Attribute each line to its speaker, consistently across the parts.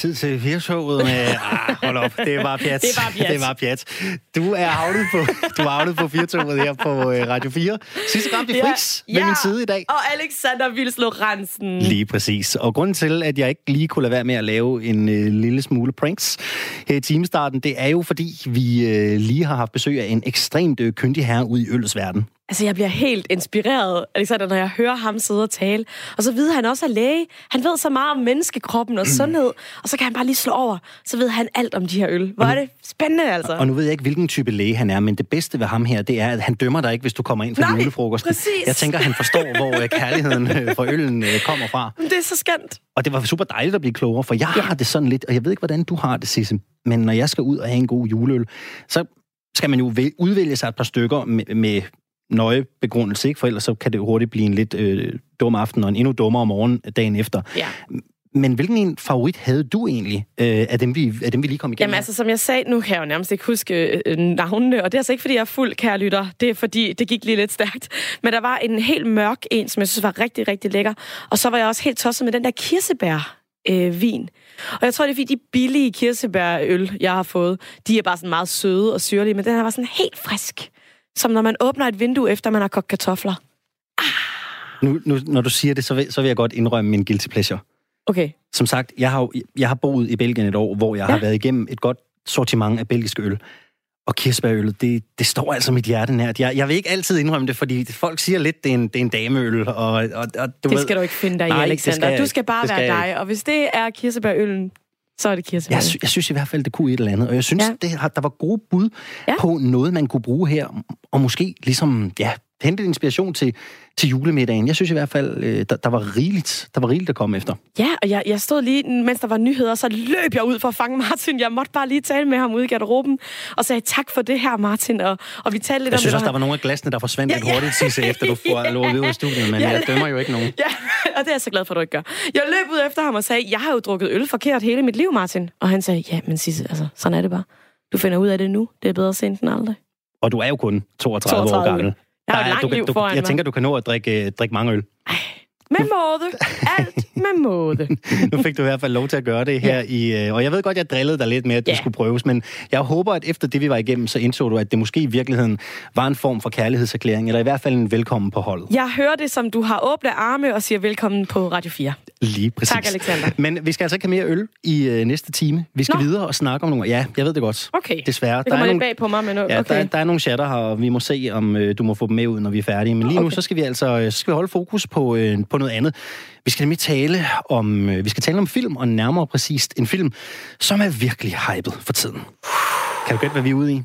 Speaker 1: tid til firtoget med... hold op, det er bare pjat.
Speaker 2: Det er bare pjat.
Speaker 1: Det er bare pjat. Du er havnet på firtoget her på Radio 4. Sidste gang til Friks ved min side i dag.
Speaker 2: Og Alexander Vils Lorentzen.
Speaker 1: Lige præcis. Og grunden til, at jeg ikke lige kunne lade være med at lave en lille smule pranks her i timestarten, det er jo, fordi vi lige har haft besøg af en ekstremt kyndig herre ude i øllets verden.
Speaker 2: Altså, jeg bliver helt inspireret, Alexander, når jeg hører ham sidde og tale. Og så ved han også er læge. Han ved så meget om menneskekroppen og sundhed. Og så kan han bare lige slå over. Så ved han alt om de her øl. Hvor er det spændende, altså.
Speaker 1: Og nu ved jeg ikke, hvilken type læge han er, men det bedste ved ham her, det er, at han dømmer dig ikke, hvis du kommer ind for julefrokosten.
Speaker 2: Præcis.
Speaker 1: Jeg tænker, han forstår, hvor kærligheden for øllen kommer fra.
Speaker 2: Det er så skønt.
Speaker 1: Og det var super dejligt at blive klogere, for jeg har det sådan lidt, og jeg ved ikke, hvordan du har det, Sisse, men når jeg skal ud og have en god juleøl, så skal man jo udvælge sig et par stykker med nøje begrundelse, ikke? For ellers så kan det hurtigt blive en lidt dum aften og en endnu dummere morgen dagen efter.
Speaker 2: Ja.
Speaker 1: Men hvilken en favorit havde du egentlig af dem, vi lige kom igennem?
Speaker 2: Jamen altså, som jeg sagde, nu kan jeg jo nærmest ikke huske navnene, og det er altså ikke, fordi jeg er fuld, kære lytter. Det er, fordi det gik lige lidt stærkt. Men der var en helt mørk en, som jeg synes var rigtig, rigtig lækker. Og så var jeg også helt tosset med den der kirsebær-vin. Og jeg tror, det er fordi de billige kirsebærøl, jeg har fået, de er bare sådan meget søde og syrlige, men den her var sådan helt frisk. Som når man åbner et vindue, efter man har kogt kartofler.
Speaker 1: Nu, når du siger det, så vil jeg godt indrømme min guilty pleasure.
Speaker 2: Okay.
Speaker 1: Som sagt, jeg har boet i Belgien et år, hvor jeg har været igennem et godt sortiment af belgiske øl. Og kirsebærøllet, det står altså mit hjerte nært. Jeg vil ikke altid indrømme det, fordi folk siger lidt, det er en dameøl. Og
Speaker 2: det skal du ikke finde dig i, Alexander. Du skal bare være dig. Og hvis det er kirsebærøllen, så er det kirsebær.
Speaker 1: Jeg synes i hvert fald, det kunne et eller andet. Og jeg synes, der var gode bud på noget, man kunne bruge her. Og måske ligesom, hente inspiration til julemiddagen. Jeg synes i hvert fald, der var rigeligt at komme efter.
Speaker 2: Ja, og jeg stod lige, mens der var nyheder, så løb jeg ud for at fange Martin. Jeg måtte bare lige tale med ham ude i garderoben, og sagde tak for det her, Martin. Og vi talte lidt om det.
Speaker 1: Jeg synes også, der var nogle af glasene, der forsvandt lidt hurtigt sidste, efter du får lov ud af studiet, men jeg dømmer jo ikke nogen.
Speaker 2: Ja, og det er jeg så glad for, at du ikke gør. Jeg løb ud efter ham og sagde, jeg har jo drukket øl forkert hele mit liv, Martin. Og han sagde, ja, men Sisse, altså, sådan er det bare. Du finder ud af det nu. Det er bedre sent end aldrig.
Speaker 1: Og du er jo kun 32 år gammel.
Speaker 2: Jeg har et langt liv foran mig.
Speaker 1: Jeg tænker, du kan nå at drikke mange øl.
Speaker 2: Med måde. Alt med måde.
Speaker 1: Nu fik du i hvert fald lov til at gøre det her i... Og jeg ved godt, jeg drillede dig lidt med, at det skulle prøves, men jeg håber, at efter det, vi var igennem, så indså du, at det måske i virkeligheden var en form for kærlighedserklæring, eller i hvert fald en velkommen på holdet.
Speaker 2: Jeg hører det, som du har åbne arme og siger velkommen på Radio 4.
Speaker 1: Lige præcis.
Speaker 2: Tak, Alexander.
Speaker 1: Men vi skal altså ikke have mere øl i næste time. Vi skal videre og snakke om nogle... Ja, jeg ved det godt.
Speaker 2: Okay.
Speaker 1: Desværre.
Speaker 2: Det kommer lidt bag på mig, men okay.
Speaker 1: Der er nogle chatter her, og vi må se, om du må få dem med ud, når vi er færdige. Men lige nu, så skal vi holde fokus på noget andet. Vi skal nemlig tale om film, og nærmere præcist en film, som er virkelig hyped for tiden. Kan du gætte, hvad vi er ude i?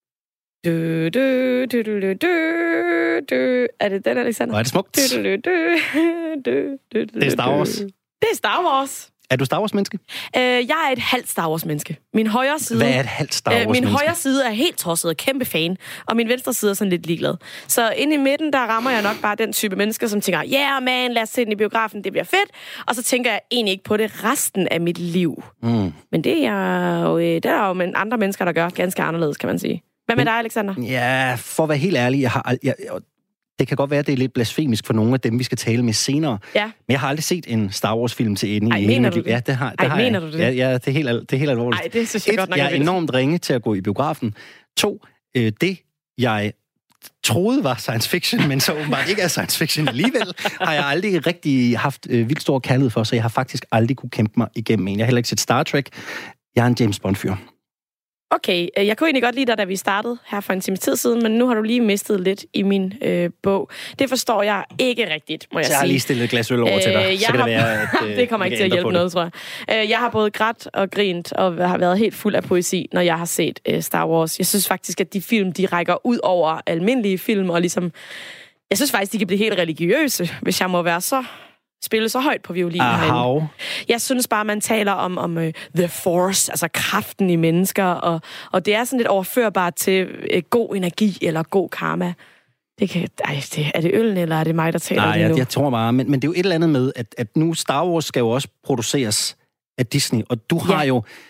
Speaker 2: Er det den, Alexander?
Speaker 1: Hvor er det smukt. Det er Star Wars.
Speaker 2: Det er Star Wars.
Speaker 1: Er du Star Wars-menneske?
Speaker 2: Jeg er et halvt Star Wars-menneske. Min højre side...
Speaker 1: Hvad er et halvt Star Wars-menneske?
Speaker 2: Min højre side er helt tosset og kæmpe fan, og min venstre side er sådan lidt ligeglad. Så inde i midten, der rammer jeg nok bare den type mennesker, som tænker, man, lad os se den i biografen, det bliver fedt. Og så tænker jeg egentlig ikke på det resten af mit liv. Men det er jo med andre mennesker, der gør ganske anderledes, kan man sige. Hvad med dig, Alexander?
Speaker 1: Ja, for at være helt ærlig, det kan godt være, at det er lidt blasfemisk for nogle af dem, vi skal tale med senere. Ja. Men jeg har aldrig set en Star Wars-film til ende i hele mit liv. Ja, det har jeg.
Speaker 2: Mener du det?
Speaker 1: Ja, det er helt alvorligt.
Speaker 2: Nej, det synes jeg godt nok.
Speaker 1: Jeg er enormt ringe til at gå i biografen. 2, det jeg troede var science fiction, men så åbenbart ikke er science fiction alligevel, har jeg aldrig rigtig haft vildt stor kærlighed for, så jeg har faktisk aldrig kunne kæmpe mig igennem en. Jeg har heller ikke set Star Trek. Jeg er en James Bond-fyr.
Speaker 2: Okay, jeg kunne egentlig godt lide dig, da vi startede her for en time tid siden, men nu har du lige mistet lidt i min bog. Det forstår jeg ikke rigtigt, må jeg sige.
Speaker 1: Så jeg har lige stillet et glas øl over til dig, så kan det være, at
Speaker 2: det kommer ikke til at hjælpe noget, tror jeg. Jeg har både grædt og grint og har været helt fuld af poesi, når jeg har set Star Wars. Jeg synes faktisk, at de film, de rækker ud over almindelige film, og ligesom... Jeg synes faktisk, de kan blive helt religiøse, hvis jeg må være spille så højt på violin herinde. Jeg synes bare, man taler om the force, altså kraften i mennesker, og det er sådan lidt overførbart til god energi eller god karma. Er det øllen, eller er det mig, der taler lige nu?
Speaker 1: Jeg tror bare, men det er jo et eller andet med, at nu Star Wars skal jo også produceres af Disney, og du har jo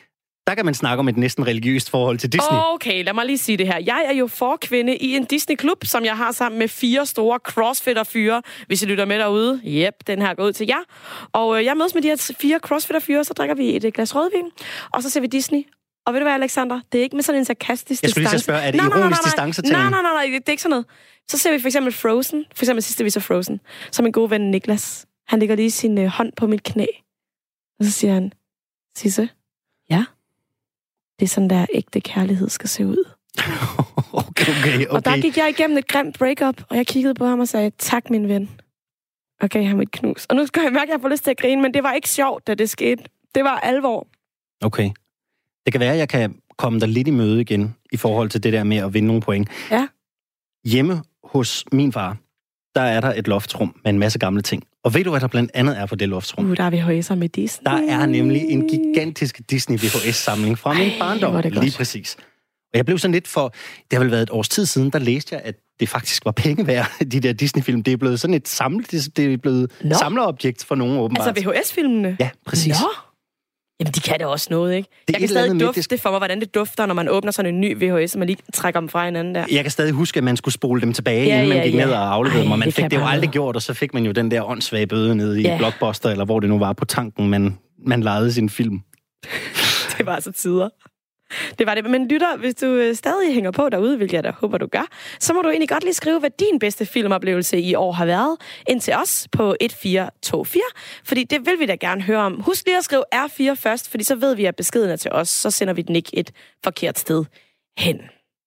Speaker 1: der kan man snakke om et næsten religiøst forhold til Disney.
Speaker 2: Okay, lad mig lige sige det her. Jeg er jo forkvinde i en Disney-klub, som jeg har sammen med 4 store crossfitter-fyre. Hvis I lytter med derude, den her går ud til jer. Og jeg mødes med de her 4 crossfitter-fyre, så drikker vi et glas rødvin, og så ser vi Disney. Og ved du hvad, Alexander? Det er ikke med sådan en sarkastisk distance.
Speaker 1: Jeg skulle lige spørge, er det ironisk distance til?
Speaker 2: Nej, det er ikke sådan noget. Så ser vi for eksempel Frozen. For eksempel sidste vi så Frozen. Så min gode ven Niklas, han lægger lige sin hånd på mit knæ. Og så siger han, Sisse, ja, det er sådan, der ægte kærlighed skal se ud.
Speaker 1: Okay.
Speaker 2: Og der gik jeg igennem et grimt breakup, og jeg kiggede på ham og sagde, tak min ven. Og gav ham et knus. Og nu skal jeg mærke, at jeg får lyst til at grine, men det var ikke sjovt, da det skete. Det var alvor.
Speaker 1: Okay. Det kan være, at jeg kan komme der lidt i møde igen, i forhold til det der med at vinde nogle point.
Speaker 2: Ja.
Speaker 1: Hjemme hos min far, der er der et loftsrum med en masse gamle ting. Og ved du, hvad der blandt andet er på det loftsrum?
Speaker 2: Der er VHS'er med Disney.
Speaker 1: Der er nemlig en gigantisk Disney VHS-samling fra min barndom. Lige præcis. Og jeg blev sådan lidt for... Det har vel været et års tid siden, der læste jeg, at det faktisk var penge værd, de der Disney-film. Det er blevet sådan et det er blevet samlerobjekt for nogen, åbenbart.
Speaker 2: Altså VHS-filmene?
Speaker 1: Ja, præcis.
Speaker 2: Nå. Jamen, de kan det også noget, ikke? Jeg kan stadig dufte for mig, hvordan det dufter, når man åbner sådan en ny VHS, og man lige trækker dem fra hinanden der.
Speaker 1: Jeg kan stadig huske, at man skulle spole dem tilbage, inden man gik ned og afleverede dem, og man fik det jo aldrig gjort, og så fik man jo den der åndssvage bøde nede i Blockbuster, eller hvor det nu var på tanken, man lejede sin film.
Speaker 2: Det var altså tider. Det var det. Men lytter, hvis du stadig hænger på derude, hvilket jeg da håber, du gør, så må du egentlig godt lige skrive, hvad din bedste filmoplevelse i år har været, ind til os på 1424, fordi det vil vi da gerne høre om. Husk lige at skrive R4 først, fordi så ved vi, at beskeden er til os, så sender vi den ikke et forkert sted hen.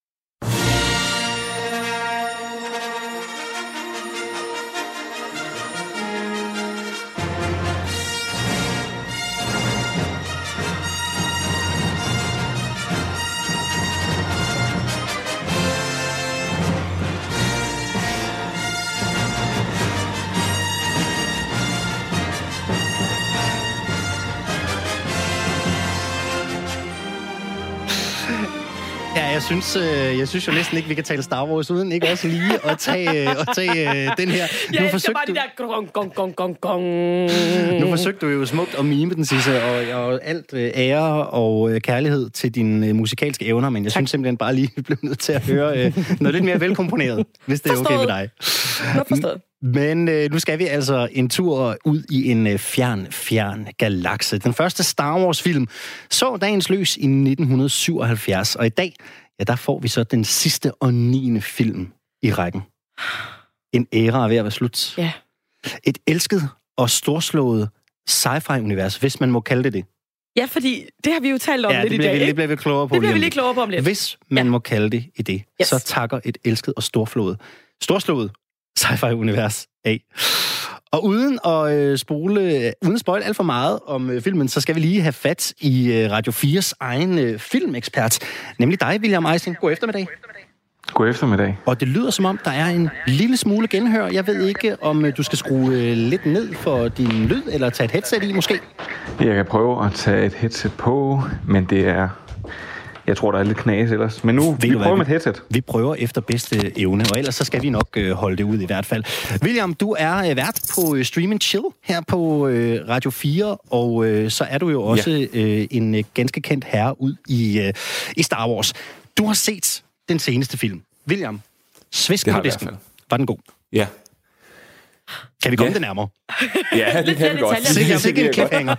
Speaker 1: Jeg synes jo næsten ikke, vi kan tale Star Wars uden ikke også lige at tage den her.
Speaker 2: Jeg elsker bare de der gong.
Speaker 1: Nu forsøgte du jo smukt at mime den, Sisse, og alt ære og kærlighed til dine musikalske evner, men jeg synes simpelthen bare lige, vi blev nødt til at høre noget lidt mere velkomponeret, hvis det er okay med dig.
Speaker 2: Forstået.
Speaker 1: Men nu skal vi altså en tur ud i en fjern galakse. Den første Star Wars-film så dagens lys i 1977, og i dag, der får vi så den sidste og 9. film i rækken. En æra er ved at være slut.
Speaker 2: Ja.
Speaker 1: Et elsket og storslået sci-fi-univers, hvis man må kalde det det.
Speaker 2: Ja, fordi det har vi jo talt om lidt i dag.
Speaker 1: Det bliver vi klogere på.
Speaker 2: Det bliver vi lige klogere på om lidt.
Speaker 1: Hvis man må kalde det i det, så takker et elsket og storslået sci-fi-univers af. Og uden at spoile alt for meget om filmen, så skal vi lige have fat i Radio 4's egen filmekspert, nemlig dig, William Eising. God eftermiddag.
Speaker 3: God eftermiddag.
Speaker 1: Og det lyder som om, der er en lille smule genhør. Jeg ved ikke, om du skal skrue lidt ned for din lyd, eller tage et headset i måske?
Speaker 3: Jeg kan prøve at tage et headset på, men det er... Jeg tror, der er lidt knas ellers. Men nu, vi prøver med et headset.
Speaker 1: Vi prøver efter bedste evne, og ellers så skal vi nok holde det ud i hvert fald. William, du er vært på Stream & Chill her på Radio 4, og så er du jo også en ganske kendt herre ud i Star Wars. Du har set den seneste film. William, svisken på disken. Var den god?
Speaker 3: Ja.
Speaker 1: Kan vi komme det nærmere?
Speaker 3: Ja, det kan vi godt.
Speaker 1: Sikkert en cliffhanger.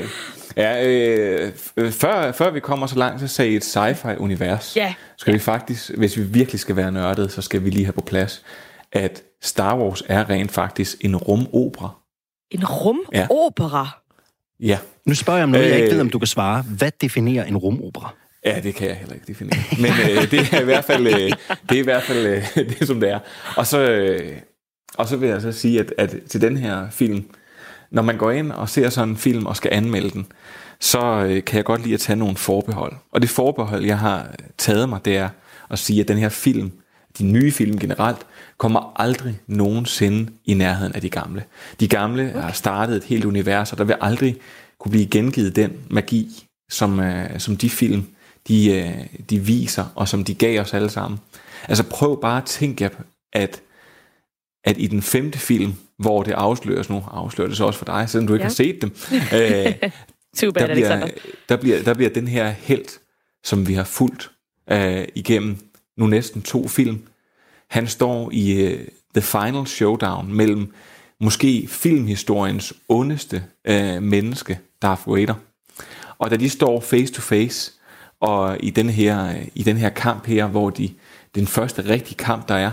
Speaker 3: Før vi kommer så langt, så sagde I et sci-fi-univers. Skal vi faktisk, hvis vi virkelig skal være nørdede, så skal vi lige have på plads, at Star Wars er rent faktisk en rumopera.
Speaker 2: En rumopera?
Speaker 3: Ja.
Speaker 1: Nu spørger jeg om noget, jeg ikke ved, om du kan svare. Hvad definerer en rumopera?
Speaker 3: Ja, det kan jeg heller ikke definere. Men det er i hvert fald det, som det er. Og så vil jeg så sige, at til den her film, når man går ind og ser sådan en film og skal anmelde den, så kan jeg godt lide at tage nogle forbehold. Og det forbehold, jeg har taget mig, det er at sige, at den her film, de nye film generelt, kommer aldrig nogensinde i nærheden af de gamle. De gamle har startet et helt univers, og der vil aldrig kunne blive gengivet den magi, som de film, de viser, og som de gav os alle sammen. Altså prøv bare at tænke, at i den 5. film, hvor det afsløres nu, afslører det så også for dig, selvom du ikke har set dem,
Speaker 2: Too bad, Alexander.
Speaker 3: Der bliver den her helt, som vi har fulgt igennem nu næsten 2 film. Han står i the final showdown mellem måske filmhistoriens ondeste menneske, Darth Vader. Og da de står face to face, og i den her kamp her, hvor den første rigtige kamp, der er,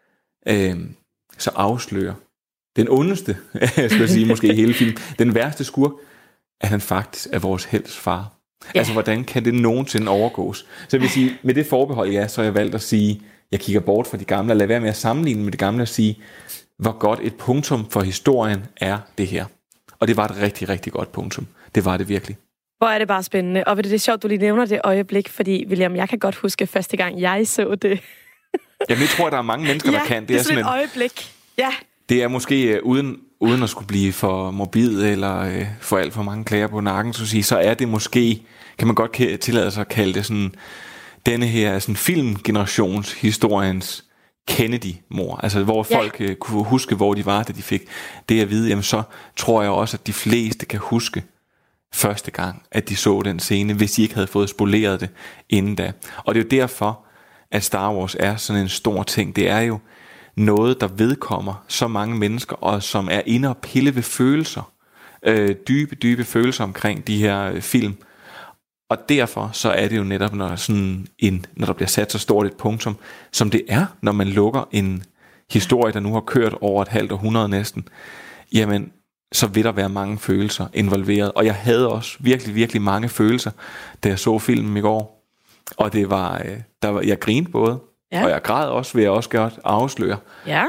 Speaker 3: så afslører den ondeste, skal jeg sige, måske i hele filmen, den værste skurk, at han faktisk er vores helts far. Ja. Altså, hvordan kan det nogensinde overgås? Så jeg vil sige, med det forbehold, så har jeg valgt at sige, jeg kigger bort fra de gamle, og lad være med at sammenligne med det gamle og sige, hvor godt et punktum for historien er det her. Og det var et rigtig, rigtig godt punktum. Det var det virkelig.
Speaker 2: Hvor er det bare spændende. Og det er sjovt, du lige nævner det øjeblik, fordi, William, jeg kan godt huske første gang, jeg så det.
Speaker 3: Jamen, jeg tror, der er mange mennesker, der kan.
Speaker 2: Det er sådan et øjeblik. Ja.
Speaker 3: Det er måske uden at skulle blive for morbid eller få alt for mange klager på nakken, så er det måske, kan man godt tillade sig at kalde det sådan, denne her sådan filmgenerations historiens Kennedy-mor. Altså hvor folk kunne huske, hvor de var, da de fik det at vide. Jamen så tror jeg også, at de fleste kan huske første gang, at de så den scene, hvis de ikke havde fået spoleret det inden da. Og det er jo derfor, at Star Wars er sådan en stor ting. Det er jo noget, der vedkommer så mange mennesker, og som er inde og pille ved følelser. Dybe følelser omkring de her film. Og derfor så er det jo netop, når der bliver sat så stort et punktum, som det er, når man lukker en historie, der nu har kørt over et halvt århundrede næsten, jamen, så vil der være mange følelser involveret. Og jeg havde også virkelig, virkelig mange følelser, da jeg så filmen i går. Og det var, jeg grinede både, og jeg græd også, vil jeg også godt afsløre.
Speaker 2: Ja.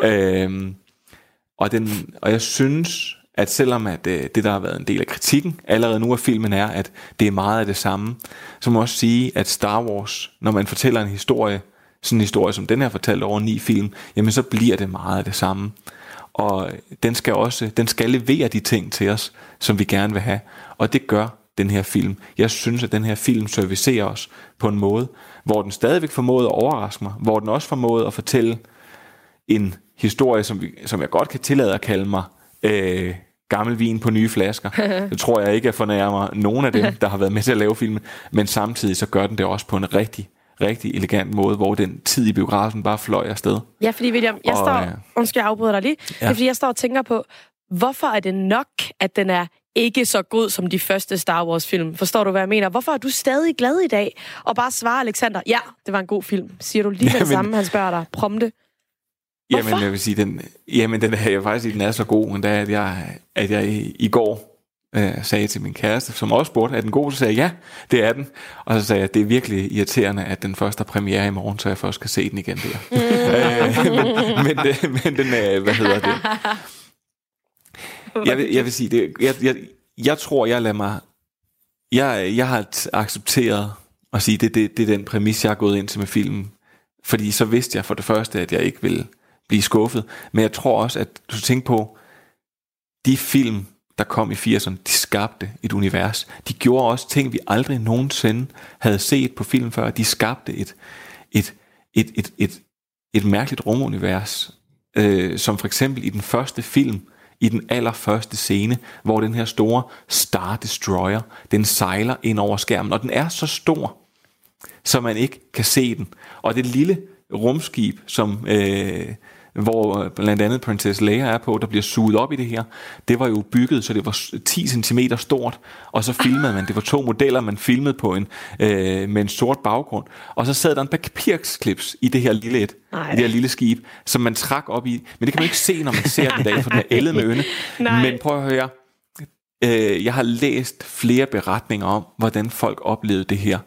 Speaker 3: Og jeg synes, at selvom at det, der har været en del af kritikken allerede nu af filmen er, at det er meget af det samme, så må jeg også sige, at Star Wars, når man fortæller en historie, sådan en historie som den her fortalt over 9 film, jamen så bliver det meget af det samme. Og den skal levere de ting til os, som vi gerne vil have. Og det gør den her film. Jeg synes, at den her film servicerer os på en måde, hvor den stadigvæk formåede at overraske mig, hvor den også formåede at fortælle en historie, som jeg godt kan tillade at kalde mig gammel vin på nye flasker. Det tror jeg ikke, at fornærmer nogen af dem, der har været med til at lave filmen, men samtidig så gør den det også på en rigtig elegant måde, hvor den tid i biografen bare fløj afsted.
Speaker 2: Ja, fordi William, jeg afbryder dig lige. Ja. Det er fordi, jeg står og tænker på, hvorfor er det nok, at den er ikke så god som de første Star Wars-film? Forstår du, hvad jeg mener? Hvorfor er du stadig glad i dag? Og bare svarer Alexander, ja, det var en god film. Siger du lige det samme, han spørger dig. Prompte. Hvorfor?
Speaker 3: Jamen, jeg vil sige, den er jeg faktisk sige, den er så god, men at jeg i går sagde til min kæreste, som også spurgte, er den god? Så sagde jeg, ja, det er den. Og så sagde jeg, det er virkelig irriterende, at den første premiere i morgen, så jeg først kan se den igen der. Men den er, hvad hedder det? Jeg vil sige, jeg tror, jeg lader mig... Jeg har accepteret at sige, det er den præmis, jeg har gået ind til med filmen. Fordi så vidste jeg for det første, at jeg ikke ville blive skuffet. Men jeg tror også, at du skal tænke på, de film, der kom i 80'erne, de skabte et univers. De gjorde også ting, vi aldrig nogensinde havde set på film før. De skabte et mærkeligt rumunivers, som for eksempel i den første film, i den allerførste scene, hvor den her store Star Destroyer, den sejler ind over skærmen, og den er så stor, så man ikke kan se den. Og det lille rumskib, som hvor blandt andet Princess Leia er på, der bliver suget op i det her, det var jo bygget, så det var 10 cm stort, og så filmede man, det var 2 modeller, man filmede på med en sort baggrund, og så sad der en papirsklips i det her lille skib, som man trak op i, men det kan man ikke se, når man ser den dag, for den er ældet med ynde. Men prøv at høre, jeg har læst flere beretninger om, hvordan folk oplevede det her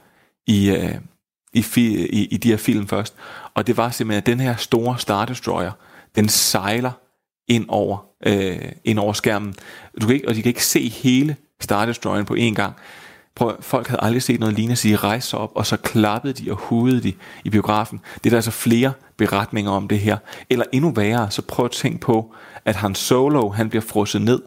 Speaker 3: i de her film først. Og det var simpelthen, at den her store Star Destroyer, den sejler ind over skærmen. De kan ikke se hele Star Destroyeren på én gang. Folk havde aldrig set noget lignende, så de rejste sig op, og så klappede de og hudede de i biografen. Det er der altså flere beretninger om det her. Eller endnu værre, så prøv at tænke på, at Han Solo, han bliver frosset ned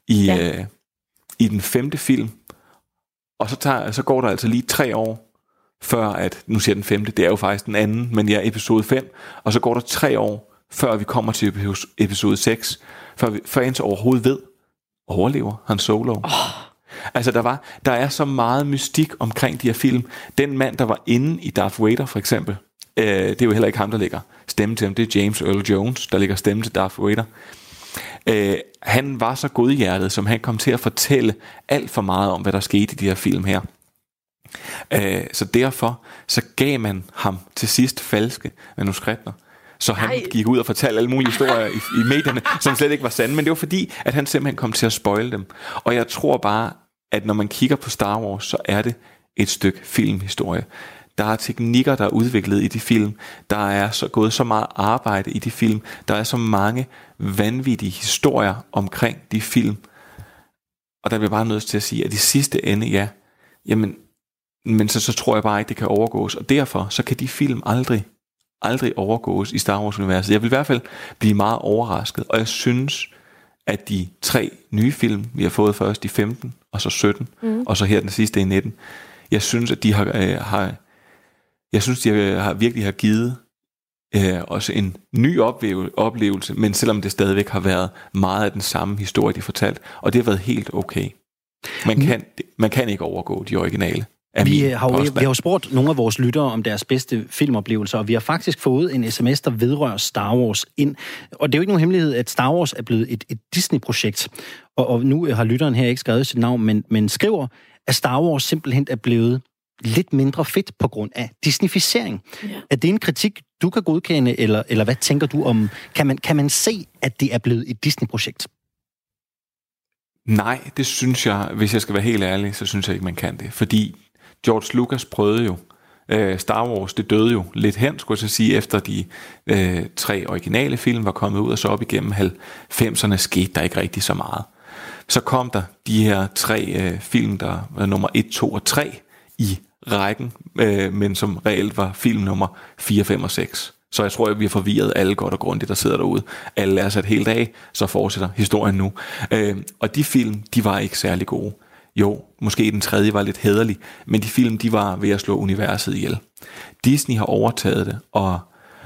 Speaker 3: i den 5. film. Og så går der altså lige 3 år, før at, nu siger den 5., det er jo faktisk den anden, men ja, episode 5, og så går der 3 år, før vi kommer til episode 6, før en så overhovedet ved, overlever Han Solo. Altså, der er så meget mystik omkring de her film. Den mand, der var inde i Darth Vader, for eksempel, det er jo heller ikke ham, der lægger stemme til ham. Det er James Earl Jones, der lægger stemme til Darth Vader. Han var så godhjertet, som han kom til at fortælle alt for meget om, hvad der skete i de her film her. Så derfor så gav man ham til sidst falske manuskripter. Så han gik ud og fortalte alle mulige historier i medierne, som slet ikke var sande. Men det var fordi, at han simpelthen kom til at spoile dem. Og jeg tror bare, at når man kigger på Star Wars, så er det et stykke filmhistorie. Der er teknikker, der er udviklet i de film. Der er gået så meget arbejde i de film. Der er så mange vanvittige historier omkring de film. Og der bliver bare nødt til at sige, at i sidste ende, ja, jamen, men så tror jeg bare ikke, det kan overgås. Og derfor, så kan de film aldrig overgås i Star Wars-universet. Jeg vil i hvert fald blive meget overrasket. Og jeg synes, at de 3 nye film, vi har fået først i 15, og så 17, og så her den sidste i 19, jeg synes, at de virkelig har givet også en ny oplevelse, men selvom det stadigvæk har været meget af den samme historie, de fortalt, og det har været helt okay. Man kan ikke overgå de originale.
Speaker 1: Vi har jo spurgt nogle af vores lyttere om deres bedste filmoplevelser, og vi har faktisk fået en sms, der vedrører Star Wars ind. Og det er jo ikke nogen hemmelighed, at Star Wars er blevet et Disney-projekt. Og nu har lytteren her ikke skrevet sit navn, men skriver, at Star Wars simpelthen er blevet lidt mindre fedt på grund af disneyficering. Ja. Er det en kritik, du kan godkende, eller hvad tænker du om? Kan man se, at det er blevet et Disney-projekt?
Speaker 3: Nej, det synes jeg, hvis jeg skal være helt ærlig, så synes jeg ikke, man kan det. Fordi George Lucas prøvede jo. Star Wars, det døde jo lidt hen, skulle jeg sige, efter de 3 originale film var kommet ud, og så op igennem 90'erne skete der ikke rigtig så meget. Så kom der de her 3 film, der var nummer 1, 2 og 3 i rækken, men som reelt var film nummer 4, 5 og 6. Så jeg tror, at vi har forvirret alle godt og grundigt, der sidder derude. Alle er sat helt af, så fortsætter historien nu. Og de film, de var ikke særlig gode. Jo, måske den 3. var lidt hæderlig, men de film, de var ved at slå universet ihjel. Disney har overtaget det, og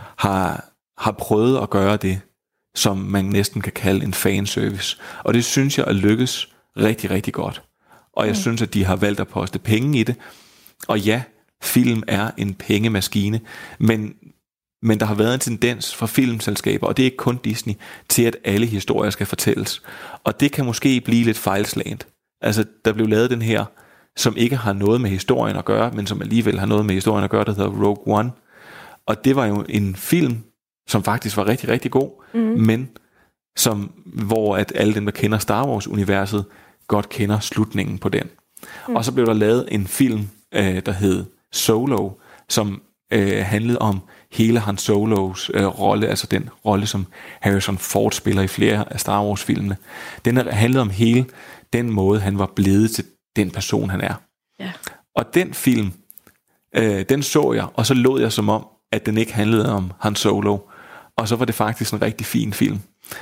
Speaker 3: har prøvet at gøre det, som man næsten kan kalde en fanservice. Og det synes jeg er lykkes rigtig, rigtig godt. Og jeg synes, at de har valgt at poste penge i det. Og ja, film er en pengemaskine, men der har været en tendens fra filmselskaber, og det er ikke kun Disney, til at alle historier skal fortælles. Og det kan måske blive lidt fejlslagent. Altså, der blev lavet den her, som ikke har noget med historien at gøre, men som alligevel har noget med historien at gøre, der hedder Rogue One. Og det var jo en film, som faktisk var rigtig, rigtig god, men hvor at alle dem, der kender Star Wars-universet, godt kender slutningen på den. Og så blev der lavet en film, der hed Solo, som handlede om hele Han Solos rolle, altså den rolle, som Harrison Ford spiller i flere af Star Wars-filmene. Den handlede om hele den måde, han var blevet til den person, han er. Ja. Og den film, den så jeg, og så lod jeg som om, at den ikke handlede om Han Solo. Og så var det faktisk en rigtig fin film.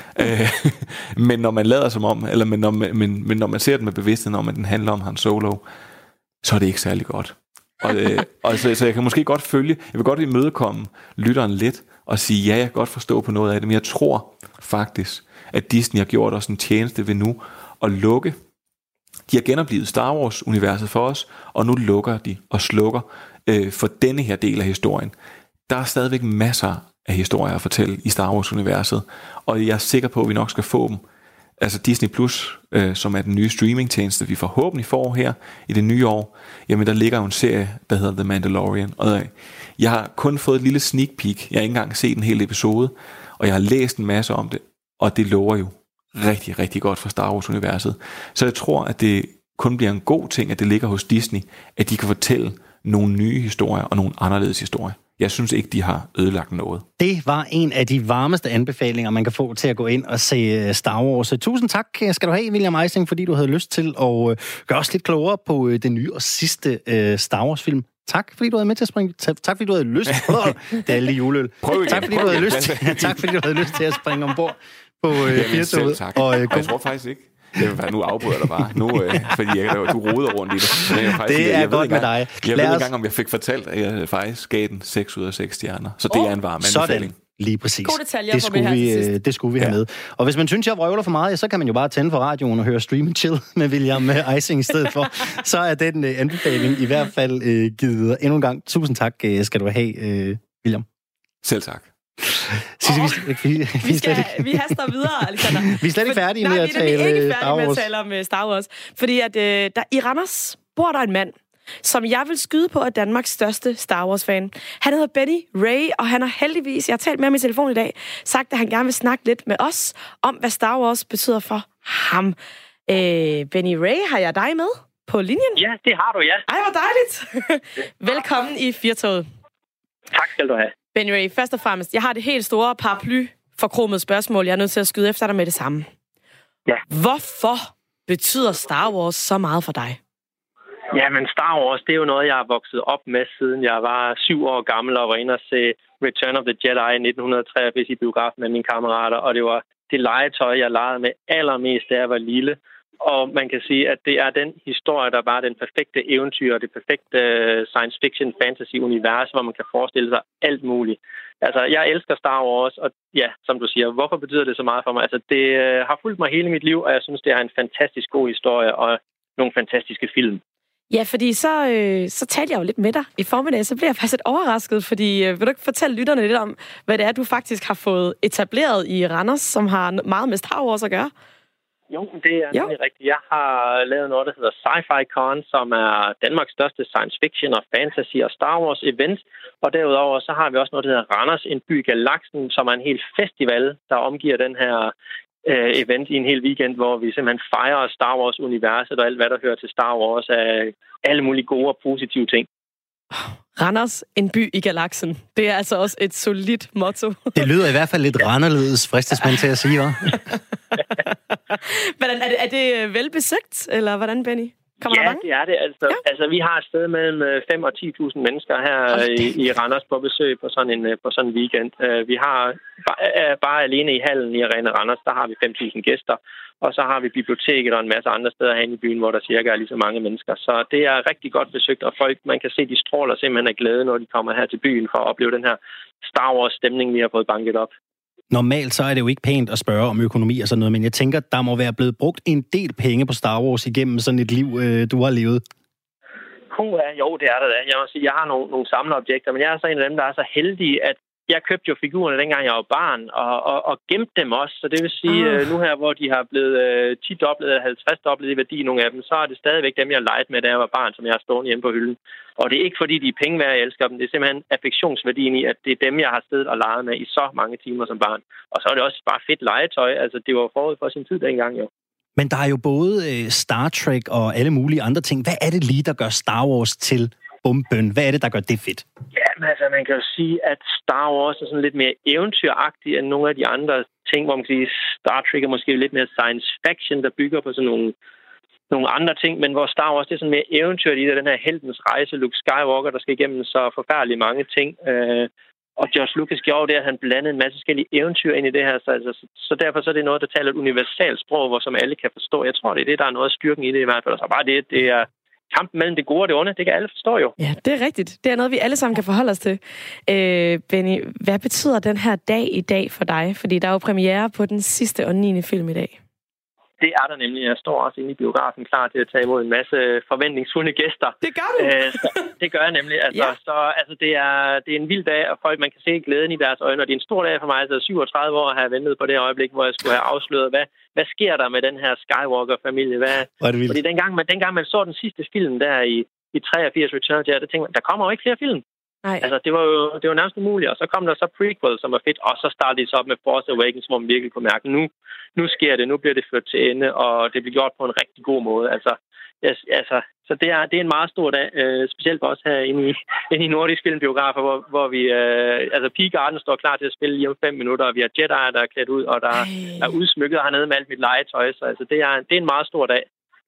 Speaker 3: Men når man lader som om, men når man ser den med bevidstheden om, at den handler om Han Solo, så er det ikke særlig godt. Og så jeg kan måske godt følge, jeg vil godt imødekomme lytteren lidt, og sige, ja, jeg kan godt forstå på noget af det, men jeg tror faktisk, at Disney har gjort os en tjeneste ved nu at lukke. De har genoplevet Star Wars-universet for os, og nu lukker de og slukker for denne her del af historien. Der er stadigvæk masser af historier at fortælle i Star Wars-universet, og jeg er sikker på, at vi nok skal få dem. Altså Disney Plus, som er den nye streamingtjeneste, vi forhåbentlig får her i det nye år, jamen der ligger jo en serie, der hedder The Mandalorian, og jeg har kun fået et lille sneak peek, jeg har ikke engang set en hel episode, og jeg har læst en masse om det, og det lover jo rigtig, rigtig godt for Star Wars-universet. Så jeg tror, at det kun bliver en god ting, at det ligger hos Disney, at de kan fortælle nogle nye historier og nogle anderledes historier. Jeg synes ikke, de har ødelagt noget. Det var en af de varmeste anbefalinger, man kan få til at gå ind og se Star Wars. Tusind tak skal du have, William Eising, fordi du havde lyst til at gøre os lidt klogere på den nye og sidste Star Wars-film. Tak, fordi du havde med til at springe. Tak, fordi du havde lyst. Det er alle juleøl. Tak, fordi du havde lyst. Tak, fordi du havde lyst til at springe ombord på Firtoget. Jeg tror faktisk ikke. Nu afbryder jeg dig bare. Nu, fordi du roder rundt i det. Det er godt med dig. Jeg ved ikke engang, om jeg fik fortalt, at jeg faktisk gav den 6 ud af 6 stjerner. Så det er en varm anbefaling.
Speaker 1: Lige præcis.
Speaker 2: Gode detaljer det
Speaker 1: det skulle vi have med. Og hvis man synes, jeg vrøvler for meget, så kan man jo bare tænde for radioen og høre Stream & Chill med William Eising i stedet for. Så er den anbefaling i hvert fald givet videre. Endnu en gang, tusind tak skal du have, William.
Speaker 3: Selv tak.
Speaker 2: Vi haster videre, Alexander.
Speaker 1: Vi er slet ikke færdige med at tale Star Wars.
Speaker 2: Vi er ikke færdige med at tale om Star Wars. Fordi at der i Randers bor der en mand, som jeg vil skyde på, er Danmarks største Star Wars-fan. Han hedder Benny Ray, og han har heldigvis, jeg har talt med ham i telefon i dag, sagt, at han gerne vil snakke lidt med os om, hvad Star Wars betyder for ham. Benny Ray, har jeg dig med på linjen?
Speaker 4: Ja, det har du, ja.
Speaker 2: Ej, hvor dejligt. Velkommen i Firtoget.
Speaker 4: Tak skal du have.
Speaker 2: Benny Ray, først og fremmest, jeg har det helt store paraply-forkromede spørgsmål, jeg er nødt til at skyde efter dig med det samme.
Speaker 4: Ja.
Speaker 2: Hvorfor betyder Star Wars så meget for dig?
Speaker 4: Ja, men Star Wars, det er jo noget, jeg har vokset op med, siden jeg var 7 år gammel og var inde og se Return of the Jedi i 1983 i biografen med mine kammerater, og det var det legetøj, jeg legede med allermest, da jeg var lille. Og man kan sige, at det er den historie, der var den perfekte eventyr, det perfekte science fiction fantasy univers, hvor man kan forestille sig alt muligt. Altså, jeg elsker Star Wars, og ja, som du siger, hvorfor betyder det så meget for mig? Altså, det har fulgt mig hele mit liv, og jeg synes, det er en fantastisk god historie og nogle fantastiske film.
Speaker 2: Ja, fordi så talte jeg jo lidt med dig i formiddag, så blev jeg faktisk lidt overrasket, fordi vil du ikke fortælle lytterne lidt om, hvad det er, du faktisk har fået etableret i Randers, som har meget med Star Wars at gøre?
Speaker 4: Jo, det er nemlig rigtigt. Jeg har lavet noget, der hedder Sci-Fi Con, som er Danmarks største science fiction og fantasy og Star Wars event. Og derudover så har vi også noget, der hedder Randers, en by i galaksen, som er en hel festival, der omgiver den her event i en hel weekend, hvor vi simpelthen fejrer Star Wars-universet og alt, hvad der hører til Star Wars af alle mulige gode og positive ting.
Speaker 2: Randers, en by i galaksen. Det er altså også et solidt motto.
Speaker 1: Det lyder i hvert fald lidt anderledes, fristes man til at sige, hva'?
Speaker 2: Er det velbesøgt, eller hvordan, Benny? Kommer der mange?
Speaker 4: Det er det. Altså, vi har et sted mellem 5 og 10.000 mennesker her i Randers på besøg på sådan en weekend. Vi har bare alene i hallen i Arena Randers, der har vi 5.000 gæster. Og så har vi biblioteket og en masse andre steder herinde i byen, hvor der cirka er lige så mange mennesker. Så det er rigtig godt besøgt, og folk, man kan se, de stråler simpelthen af glæde, når de kommer her til byen for at opleve den her Star Wars-stemning, vi har fået banket op.
Speaker 1: Normalt så er det jo ikke pænt at spørge om økonomi og sådan noget, men jeg tænker, der må være blevet brugt en del penge på Star Wars igennem sådan et liv, du har levet.
Speaker 4: Jo, det er det da. Jeg må sige, jeg har nogle samleobjekter, men jeg er så en af dem, der er så heldig, at jeg købte jo figurerne, dengang jeg var barn, og gemte dem også. Så det vil sige, nu her, hvor de har blevet 10-doblet eller 50-doblet i værdi, nogle af dem, så er det stadigvæk dem, jeg legede med, da jeg var barn, som jeg har stående hjemme på hylden. Og det er ikke, fordi de er penge værd, jeg elsker dem. Det er simpelthen affektionsværdien i, at det er dem, jeg har siddet og leget med i så mange timer som barn. Og så er det også bare fedt legetøj. Altså, det var forud for sin tid dengang, jo. Men
Speaker 1: der er jo både Star Trek og alle mulige andre ting. Hvad er det lige, der gør Star Wars til bomben? Hvad er det, der gør det fedt?
Speaker 4: Ja, men altså, man kan jo sige, at Star Wars er sådan lidt mere eventyragtig end nogle af de andre ting, hvor man kan sige, Star Trek er måske lidt mere science fiction, der bygger på sådan nogle andre ting, men hvor Star Wars det er sådan mere eventyr i det, den her heltens rejse, Luke Skywalker, der skal igennem så forfærdeligt mange ting. Og George Lucas gjorde det, at han blandede en masse forskellige eventyr ind i det her, så derfor så er det noget, der taler et universelt sprog, hvor som alle kan forstå. Jeg tror, det er det, der er noget af styrken i det i hvert fald. Så bare det er kampen mellem det gode og det onde, det kan alle forstå jo. Ja, det er rigtigt. Det er noget, vi alle sammen kan forholde os til. Benny, hvad betyder den her dag i dag for dig? Fordi der er jo premiere på den sidste og 9. film i dag. Det er der nemlig. Jeg står også inde i biografen klar til at tage imod en masse forventningsfulde gæster. Det gør du! Det gør jeg nemlig. Det er en vild dag, og folk, man kan se glæden i deres øjne, og det er en stor dag for mig. Altså 37 år har jeg ventet på det øjeblik, hvor jeg skulle have afsløret, hvad sker der med den her Skywalker-familie? Fordi dengang man så den sidste film der i 83 Return of the Jedi, der tænkte man, der kommer jo ikke flere film. Nej. Altså, det var nærmest umuligt. Og så kom der så prequel, som var fedt, og så startede de så op med Force Awakens, hvor man virkelig kunne mærke, nu sker det, nu bliver det ført til ende, og det bliver gjort på en rigtig god måde. Så det er en meget stor dag, specielt for os her inde i Nordisk Filmbiografer, hvor vi, Pea Garden står klar til at spille lige om 5 minutter, og vi har Jedi'er, der er klædt ud, og der er udsmykket hernede med alt mit legetøj, så altså, det er en meget stor dag.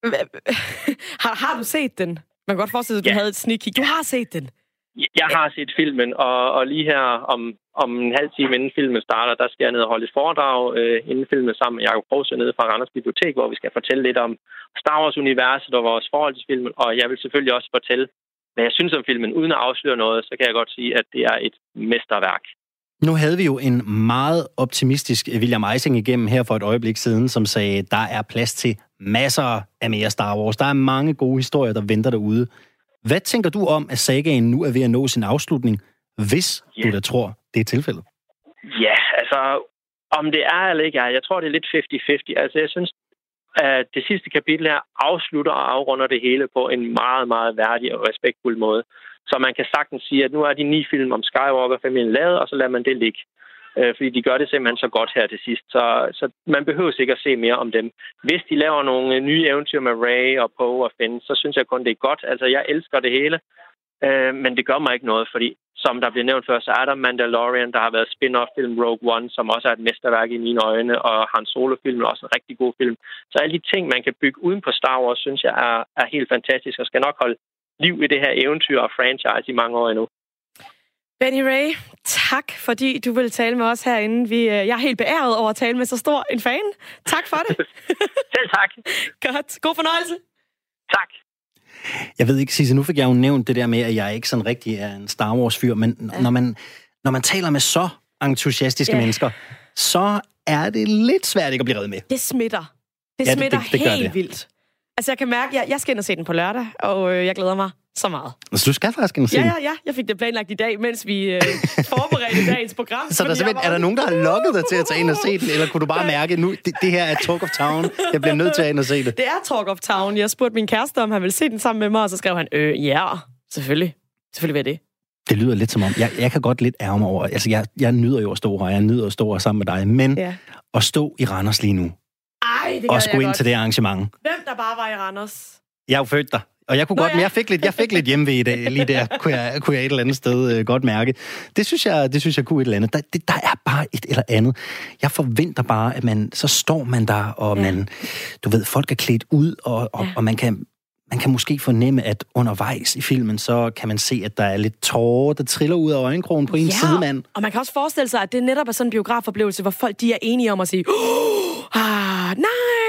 Speaker 4: Har du set den? Man kan godt forestille sig, at du havde et sneak peek. Du har set den? Jeg har set filmen, og lige her om en halv time inden filmen starter, der skal jeg ned og holde et foredrag inden filmen sammen med Jacob Provsø nede fra Randers Bibliotek, hvor vi skal fortælle lidt om Star Wars-universet og vores forhold til filmen, og jeg vil selvfølgelig også fortælle, hvad jeg synes om filmen. Uden at afsløre noget, så kan jeg godt sige, at det er et mesterværk.
Speaker 1: Nu havde vi jo en meget optimistisk William Eising igennem her for et øjeblik siden, som sagde, der er plads til masser af mere Star Wars. Der er mange gode historier, der venter derude. Hvad tænker du om, at sagaen nu er ved at nå sin afslutning, hvis du da tror, det er tilfældet?
Speaker 4: Ja, altså, om det er eller ikke er, jeg tror, det er lidt 50-50. Altså, jeg synes, at det sidste kapitel her afslutter og afrunder det hele på en meget, meget værdig og respektfuld måde. Så man kan sagtens sige, at nu er de 9 film om Skywalker-familien lavet, og så lader man det ligge. Fordi de gør det simpelthen så godt her til sidst. Så man behøver sikkert se mere om dem. Hvis de laver nogle nye eventyr med Rey og Poe og Finn, så synes jeg kun, det er godt. Altså, jeg elsker det hele. Men det gør mig ikke noget, fordi som der bliver nævnt før, så er der Mandalorian, der har været spin-off-film Rogue One, som også er et mesterværk i mine øjne, og Han Solo-film er også en rigtig god film. Så alle de ting, man kan bygge uden på Star Wars, synes jeg er helt fantastisk, og skal nok holde liv i det her eventyr og franchise i mange år endnu.
Speaker 2: Benny Ray, tak fordi du ville tale med os herinde. Jeg er helt beæret over at tale med så stor en fan. Tak for det.
Speaker 4: Selv tak.
Speaker 2: Godt. God fornøjelse.
Speaker 4: Tak.
Speaker 1: Jeg ved ikke, Sisse, nu fik jeg jo nævnt det der med, at jeg ikke sådan rigtig er en Star Wars-fyr, men når man taler med så entusiastiske mennesker, så er det lidt svært ikke at blive reddet med.
Speaker 2: Det smitter. Det smitter helt vildt. Altså, jeg kan mærke, at jeg skal ind og se den på lørdag, og jeg glæder mig så meget.
Speaker 1: Altså, du skal faktisk ind og se den?
Speaker 2: Ja. Jeg fik det planlagt i dag, mens vi forberedte dagens program.
Speaker 1: Så er der nogen, der har lokket dig til at tage ind og se den, eller kunne du bare mærke, nu det her er Talk of Town, jeg bliver nødt til at ind og se det?
Speaker 2: Det er Talk of Town. Jeg spurgte min kæreste, om han ville se den sammen med mig, og så skrev han, ja, selvfølgelig. Selvfølgelig vil det.
Speaker 1: Det lyder lidt som om, jeg kan godt lidt ærge mig over, altså jeg nyder jo at stå her, jeg nyder at stå her sammen med dig, men at stå i Randers lige nu, og skulle ind til det arrangement.
Speaker 2: Hvem der bare var i Randers?
Speaker 1: Jeg er jo født der. Og jeg kunne godt, men jeg fik lidt hjemme i dag, lige der, kunne jeg et eller andet sted godt mærke. Det synes jeg kunne et eller andet. Der er bare et eller andet. Jeg forventer bare, at så står man der, og man, du ved, folk er klædt ud, og man kan måske fornemme, at undervejs i filmen, så kan man se, at der er lidt tårer, der triller ud af øjenkrogen på en sidemand. Og
Speaker 2: man kan også forestille sig, at det netop er sådan en biografoplevelse, hvor folk de er enige om at sige, nej,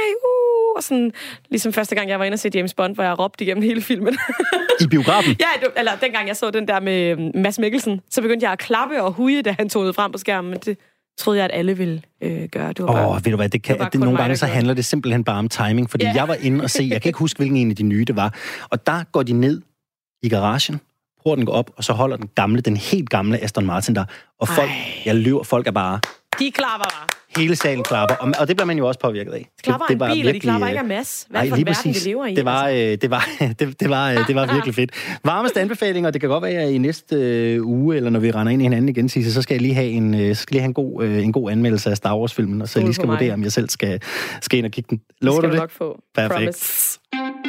Speaker 2: og sådan, ligesom første gang, jeg var inde og se James Bond, hvor jeg råbte igennem hele filmen.
Speaker 1: I biografen?
Speaker 2: Ja, eller dengang jeg så den der med Mads Mikkelsen, så begyndte jeg at klappe og huje, da han tog frem på skærmen, men det troede jeg, at alle ville gøre. Ved
Speaker 1: du hvad, det nogle gange så handler det simpelthen bare om timing, fordi jeg var inde og se, jeg kan ikke huske, hvilken en af de nye det var, og der går de ned i garagen, porten går op, og så holder den helt gamle Aston Martin der, og folk er bare...
Speaker 2: De klapper bare.
Speaker 1: Hele salen klapper, og det bliver man jo også påvirket af.
Speaker 2: De klapper en bil, virkelig, og de klapper ikke af Mads. Hvad for en verden, vi lever i?
Speaker 1: Det var virkelig fedt. Varmeste anbefalinger, det kan godt være, at i næste uge, eller når vi render ind i hinanden igen, så skal jeg lige have en god anmeldelse af Star Wars-filmen, og så lige skal vurdere, om jeg selv skal ind og kigge den. Lover du det?
Speaker 2: Nok få.
Speaker 1: Perfekt.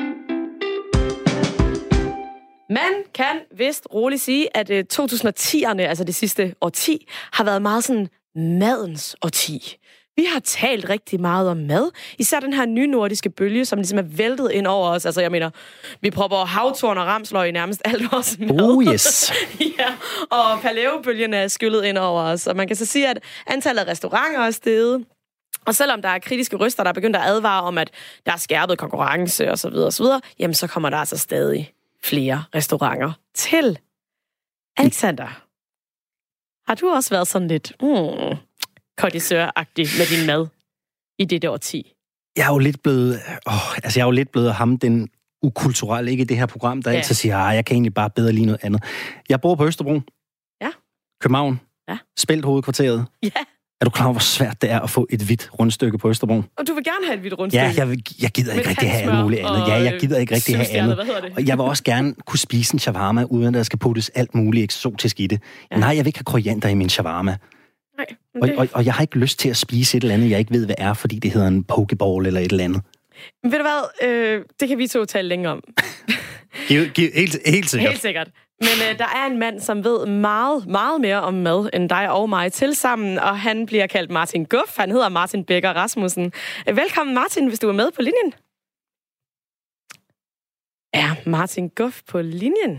Speaker 2: Man kan vist roligt sige, at 2010'erne, altså det sidste årti, har været meget sådan madens årti. Vi har talt rigtig meget om mad. Især den her nye nordiske bølge, som ligesom er væltet ind over os. Altså, jeg mener, vi propper havtorn og ramsløg i nærmest alt vores mad.
Speaker 1: Oh yes!
Speaker 2: Ja, og paleo-bølgen er skyllet ind over os. Og man kan så sige, at antallet af restauranter er steget. Og selvom der er kritiske røster, der er begyndt at advare om, at der er skærpet konkurrence osv., jamen så kommer der altså stadig flere restauranter til. Alexander, har du også været sådan lidt kondisør-agtig med din mad i det årti?
Speaker 1: Jeg er jo lidt blevet ham, den ukulturelle, ikke i det her program, der altid siger, jeg kan egentlig bare bedre lige noget andet. Jeg bor på Østerbro.
Speaker 2: Ja.
Speaker 1: København.
Speaker 2: Ja.
Speaker 1: Spelt hovedkvarteret.
Speaker 2: Ja.
Speaker 1: Er du klar over, hvor svært det er at få et hvidt rundstykke på Østerbro?
Speaker 2: Og du vil gerne have et hvidt rundstykke?
Speaker 1: Ja, jeg gider ikke rigtig have alt muligt andet. Ja, jeg gider ikke rigtig have andet. Og jeg vil også gerne kunne spise en shawarma, uden at der skal puttes alt muligt eksotisk i det. Ja. Nej, jeg vil ikke have koriander i min shawarma. Nej, og jeg har ikke lyst til at spise et eller andet, jeg ikke ved, hvad er, fordi det hedder en pokeball eller et eller andet.
Speaker 2: Men ved du hvad? Det kan vi to tale længere om.
Speaker 1: Helt sikkert.
Speaker 2: Helt sikkert. Men der er en mand, som ved meget, meget mere om mad, end dig og mig til sammen, og han bliver kaldt Martin Guff. Han hedder Martin Becker Rasmussen. Velkommen, Martin, hvis du er med på linjen. Er Martin Guff på linjen?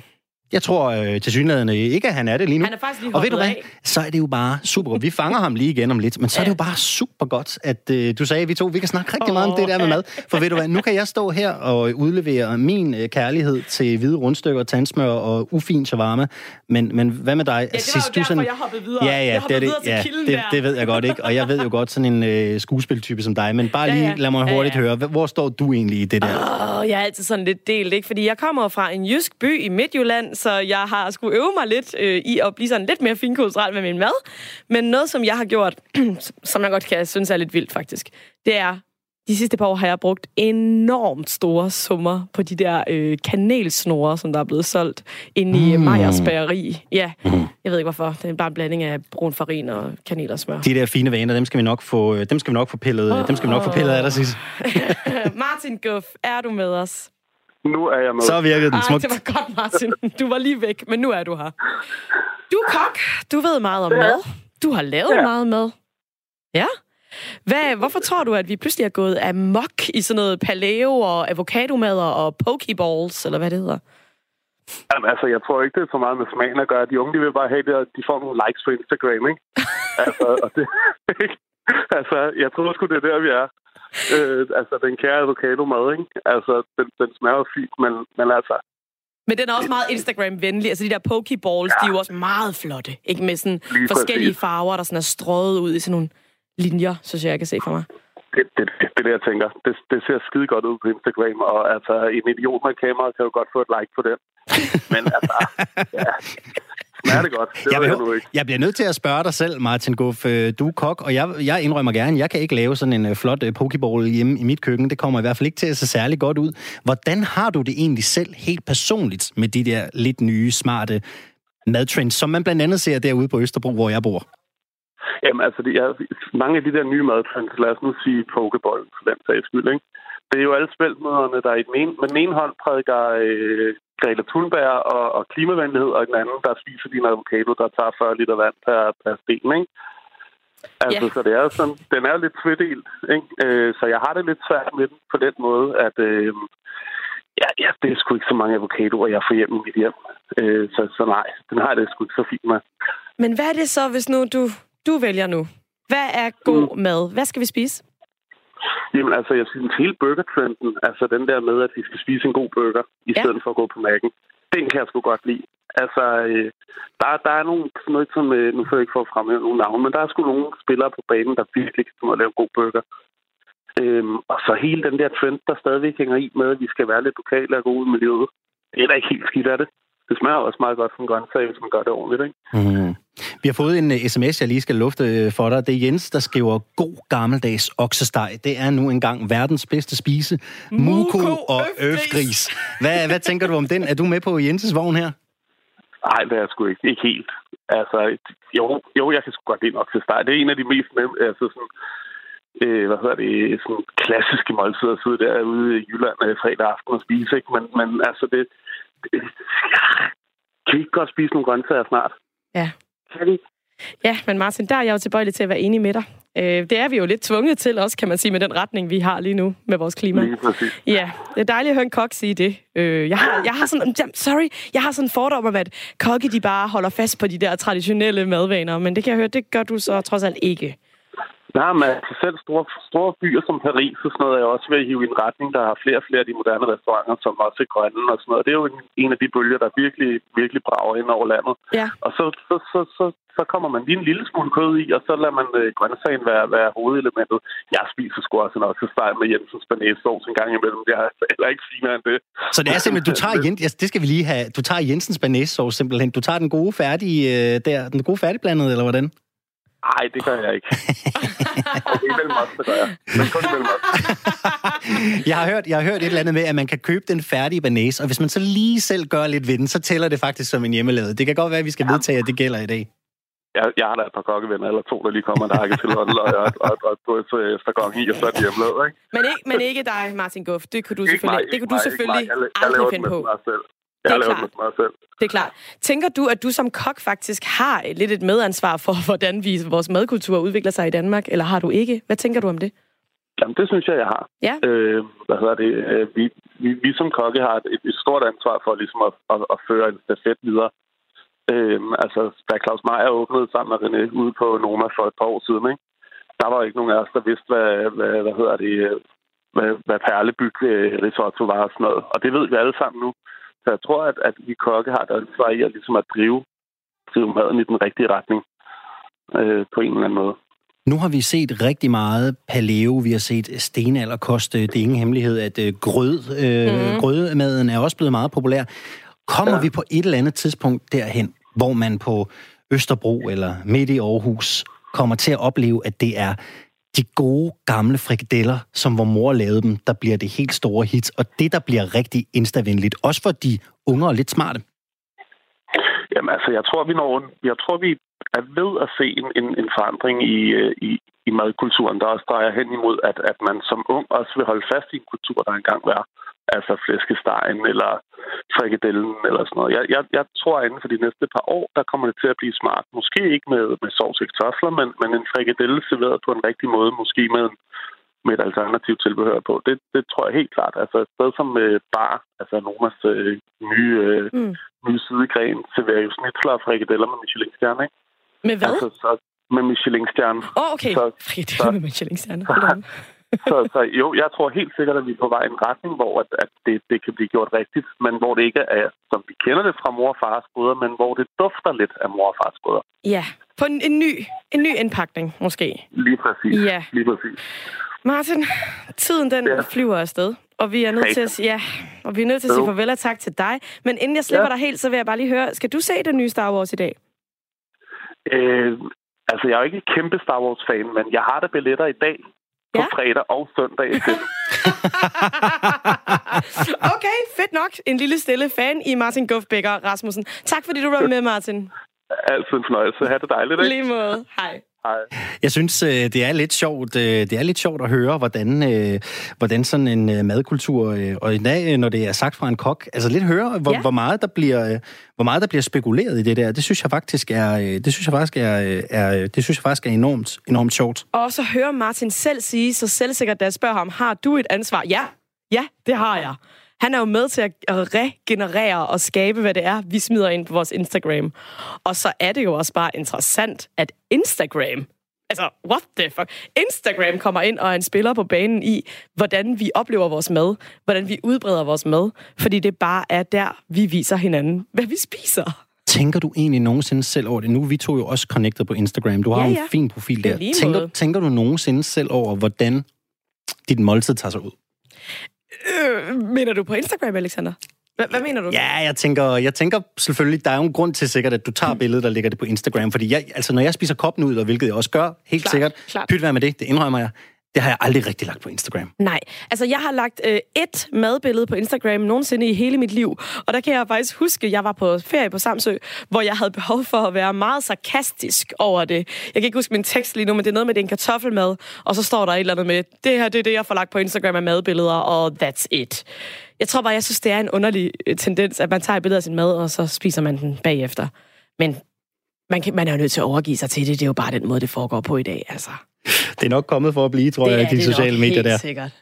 Speaker 1: Jeg tror tilsyneladende ikke, at han er det lige nu.
Speaker 2: Han er faktisk lige
Speaker 1: og ved du hvad,
Speaker 2: af.
Speaker 1: så er det jo bare super godt. Vi fanger ham lige igen om lidt, men så er det jo bare super godt, at du sagde, at vi kan snakke rigtig meget om det der med mad. For ved du hvad, nu kan jeg stå her og udlevere min kærlighed til hvide rundstykker, tandsmør og ufin shawarma. Men hvad med dig?
Speaker 2: Ja, det var jo derfor, jeg hoppede videre. Jeg hoppede videre til kilden der.
Speaker 1: Det ved jeg godt, ikke? Og jeg ved jo godt sådan en skuespiltype som dig, men bare lige lad mig hurtigt høre. Hvor står du egentlig i det der?
Speaker 2: Jeg er altid sådan lidt delt, ikke? Fordi jeg kommer fra en jysk by i Midtjylland, så jeg har skulle øve mig lidt i at blive sådan lidt mere finkulturel med min mad. Men noget, som jeg har gjort, som jeg godt kan synes er lidt vildt faktisk, det er, de sidste par år har jeg brugt enormt store summer på de der kanelsnore, som der er blevet solgt inde i Meyers bageri. Ja, jeg ved ikke hvorfor. Det er bare en blanding af brun farin og kanel og smør.
Speaker 1: De der fine vaner, dem skal vi nok få pillet af dig sidst.
Speaker 2: Martin Guff, er du med os?
Speaker 5: Nu er jeg med.
Speaker 1: Så virkede den smukt.
Speaker 2: Det var godt, Martin. Du var lige væk, men nu er du her. Du er kok. Du ved meget om mad. Du har lavet meget mad. Ja. Hvorfor tror du, at vi pludselig er gået amok i sådan noget paleo og avocadomadder og pokeballs, eller hvad det hedder?
Speaker 5: Jamen, altså, jeg tror ikke, det er så meget med smagen at gøre. De unge, de vil bare have det, og de får nogle likes på Instagram, ikke? Altså, jeg tror sgu, det er der, vi er. Den kære avocado-mad, ikke? Altså, den smager fint, men altså...
Speaker 2: Men den er også meget Instagram-venlig. Altså, de der pokeballs, de er jo også meget flotte, ikke? Med sådan forskellige farver, der sådan er strøget ud i sådan nogle linjer, synes jeg kan se for mig.
Speaker 5: Det der, jeg tænker. Det ser skide godt ud på Instagram, og altså, en idiot med kamera kan jo godt få et like på den. Men altså, ja... Smager det godt?
Speaker 1: Jeg bliver nødt til at spørge dig selv, Martin Guff. Du er kok, og jeg indrømmer gerne, jeg kan ikke lave sådan en flot pokeball hjemme i mit køkken. Det kommer i hvert fald ikke til at se særlig godt ud. Hvordan har du det egentlig selv, helt personligt, med de der lidt nye, smarte madtrends, som man blandt andet ser derude på Østerbro, hvor jeg bor?
Speaker 5: Jamen, altså, mange af de der nye madtrends, lad os nu sige pokeball, for den sags skyld, ikke? Det er jo alle spæltmøderne, der med den ene hånd prædiker Greta Thunberg og klimavenlighed, og den anden, der spiser din avocado, der tager 40 liter vand per sten, ikke? Altså, så det er sådan, den er lidt tvedelt, ikke? Så jeg har det lidt svært med den på den måde, at det er sgu ikke så mange avocadoer, jeg får hjem i mit hjem. Så nej, den har det sgu ikke så fint med.
Speaker 2: Men hvad er det så, hvis nu du vælger nu? Hvad er god mad? Hvad skal vi spise?
Speaker 5: Jamen altså, jeg synes hele burgertrenden, altså den der med, at vi skal spise en god burger, i stedet for at gå på Mac'en, den kan jeg sgu godt lide. Altså, der er nogle, sådan noget som, nu får jeg ikke for at fremhæve nogle navne, men der er sgu nogle spillere på banen, der virkelig kan lave god burger. Og så hele den der trend, der stadigvæk hænger i med, at vi skal være lidt lokale og gå ud i miljøet, det er da ikke helt skidt af det. Det smager også meget godt som grøntsag, hvis man gør det ordentligt, ikke?
Speaker 1: Vi har fået en sms, jeg lige skal lufte for dig. Det er Jens, der skriver, god gammeldags oksesteg. Det er nu engang verdens bedste spise. Muko og øfgris. Hvad tænker du om den? Er du med på Jenses vogn her?
Speaker 5: Nej, det er sgu ikke helt. Altså, jo, jeg kan sgu godt lide en oksesteg. Det er en af de mest sådan klassiske måltider at sidde derude i Jylland fredag aften og spise, ikke? Men altså, kan vi ikke godt spise nogle grøntsager snart? Ja. Kan vi?
Speaker 2: Ja, men Martin, der er jeg jo tilbøjelig til at være enig med dig. Det er vi jo lidt tvunget til også, kan man sige, med den retning, vi har lige nu med vores klima.
Speaker 5: Lige præcis.
Speaker 2: Ja, det er dejligt at høre en kok sige det. Jeg har sådan en fordom om, at kokke, de bare holder fast på de der traditionelle madvaner, men det kan jeg høre, det gør du så trods alt ikke.
Speaker 5: Nej, men selv store byer som Paris og sådan noget er også ved at hive i en retning, der har flere og flere af de moderne restauranter, som også er grønne og sådan noget. Det er jo en af de bølger, der virkelig, virkelig brager ind over landet. Ja. Og så kommer man lige en lille smule kød i, og så lader man grøntsagen være hovedelementet. Jeg spiser sgu også en oksesteg med Jensens banæssauce en gang imellem. Det er heller ikke finere end det.
Speaker 1: Så det er simpelthen, det skal vi lige have. Du tager Jensens banæssauce simpelthen. Du tager den gode færdigblandede, eller hvordan?
Speaker 5: Nej, det gør jeg ikke. Okay, mellem os, det gør jeg. Men kun mellem os.
Speaker 1: Jeg har hørt et eller andet med, at man kan købe den færdige banæs, og hvis man så lige selv gør lidt ved den, så tæller det faktisk som en hjemmelavet. Det kan godt være, at vi skal vedtage, at det gælder i dag.
Speaker 5: Jeg har da et par kokkevenner, eller to, der lige kommer en hakke til håndløg og drøse efter gang i, og så er det hjemmelavet, ikke?
Speaker 2: Men ikke dig, Martin Guff. Det kunne du selvfølgelig aldrig finde på.
Speaker 5: Jeg laver det med mig selv.
Speaker 2: Det er klart. Tænker du, at du som kok faktisk har lidt et medansvar for, hvordan vores madkultur udvikler sig i Danmark, eller har du ikke? Hvad tænker du om det?
Speaker 5: Jamen, det synes jeg har.
Speaker 2: Ja.
Speaker 5: Vi som kokke har et stort ansvar for ligesom at føre en stafet videre. Da Claus Meyer åbnede sammen med René ude på Noma for et par år siden, ikke? Der var ikke nogen af os, der vidste, hvad perlebyg risotto var og sådan noget. Og det ved vi alle sammen nu. Så jeg tror, at vi kokke har et ansvar i at, ligesom at drive maden i den rigtige retning på en eller anden måde.
Speaker 1: Nu har vi set rigtig meget paleo, vi har set stenalderkost. Det er ingen hemmelighed, at grødemaden er også blevet meget populær. Kommer vi på et eller andet tidspunkt derhen, hvor man på Østerbro eller midt i Aarhus kommer til at opleve, at det er de gode, gamle frikadeller, som vor mor lavede dem, der bliver det helt store hit, og det, der bliver rigtig instavenligt, også for de unge og lidt smarte?
Speaker 5: Jamen, jeg tror, vi er ved at se en forandring i madkulturen, der også drejer hen imod, at man som ung også vil holde fast i en kultur, der engang var. Altså flæskestegen eller frikadellen eller sådan noget. Jeg tror, at inden for de næste par år, der kommer det til at blive smart. Måske ikke med sovs og kartofler, men en frikadelle serveret på en rigtig måde. Måske med et alternativt tilbehør på. Det tror jeg helt klart. Altså et sted som Bar, altså Nomas nye sidegren, serverer jo snitsler og frikadeller med Michelin-stjerne, ikke?
Speaker 2: Med hvad?
Speaker 5: Altså, med Michelin-stjerne.
Speaker 2: Okay. Frikadeller med Michelin-stjerne.
Speaker 5: Så jo, jeg tror helt sikkert, at vi er på vej i en retning, hvor at det kan blive gjort rigtigt, men hvor det ikke er, som vi kender det fra mor og fars gryder, men hvor det dufter lidt af mor og fars gryder.
Speaker 2: Ja, på en ny indpakning, måske.
Speaker 5: Lige præcis.
Speaker 2: Ja.
Speaker 5: Lige præcis.
Speaker 2: Martin, tiden den flyver afsted, og vi er nødt til at sige, sige farvel og tak til dig. Men inden jeg slipper dig helt, så vil jeg bare lige høre, skal du se den nye Star Wars i dag?
Speaker 5: Jeg er jo ikke et kæmpe Star Wars-fan, men jeg har da billetter i dag. På fredag og søndag.
Speaker 2: Okay, fedt nok. En lille stille fan i Martin Gufbækker Rasmussen. Tak fordi du var med, Martin.
Speaker 5: Altid en fornøjelse. Ha' det dejligt, ikke?
Speaker 2: Lige måde. Hej.
Speaker 1: Jeg synes, det er lidt sjovt. Det er lidt sjovt at høre, hvordan sådan en madkultur, og i dag, når det er sagt fra en kok, altså lidt høre, hvor meget der bliver spekuleret i det der. Det synes jeg faktisk er enormt sjovt.
Speaker 2: Og så hører Martin selv sige så selvsikkert, da jeg spørger ham, har du et ansvar? Ja, det har jeg. Han er jo med til at regenerere og skabe, hvad det er, vi smider ind på vores Instagram. Og så er det jo også bare interessant, at Instagram, altså what the fuck, Instagram kommer ind og er en spiller på banen i, hvordan vi oplever vores mad, hvordan vi udbreder vores mad, fordi det bare er der, vi viser hinanden, hvad vi spiser.
Speaker 1: Tænker du egentlig nogensinde selv over det? Nu vi to jo også connected på Instagram. Du har en fin profil der. Tænker du nogensinde selv over, hvordan dit måltid tager sig ud?
Speaker 2: Mener du på Instagram, Alexander? Hvad mener du?
Speaker 1: Ja, jeg tænker selvfølgelig, der er jo en grund til sikkert, at du tager billedet og lægger det på Instagram, fordi når jeg spiser kopnudler, hvilket jeg også gør, helt sikkert, pyt være med det indrømmer jeg, det har jeg aldrig rigtig lagt på Instagram.
Speaker 2: Nej, altså jeg har lagt et madbillede på Instagram nogensinde i hele mit liv, og der kan jeg faktisk huske, at jeg var på ferie på Samsø, hvor jeg havde behov for at være meget sarkastisk over det. Jeg kan ikke huske min tekst lige nu, men det er noget med, det er en kartoffelmad, og så står der et eller andet med, det her det er det, jeg får lagt på Instagram af madbilleder, og that's it. Jeg tror bare, jeg synes, det er en underlig tendens, at man tager et billede af sin mad, og så spiser man den bagefter. Men man er jo nødt til at overgive sig til det. Det er jo bare den måde, det foregår på i dag, altså. Det
Speaker 1: er nok kommet for at blive, tror jeg, de sociale medier der.
Speaker 2: Sikkert.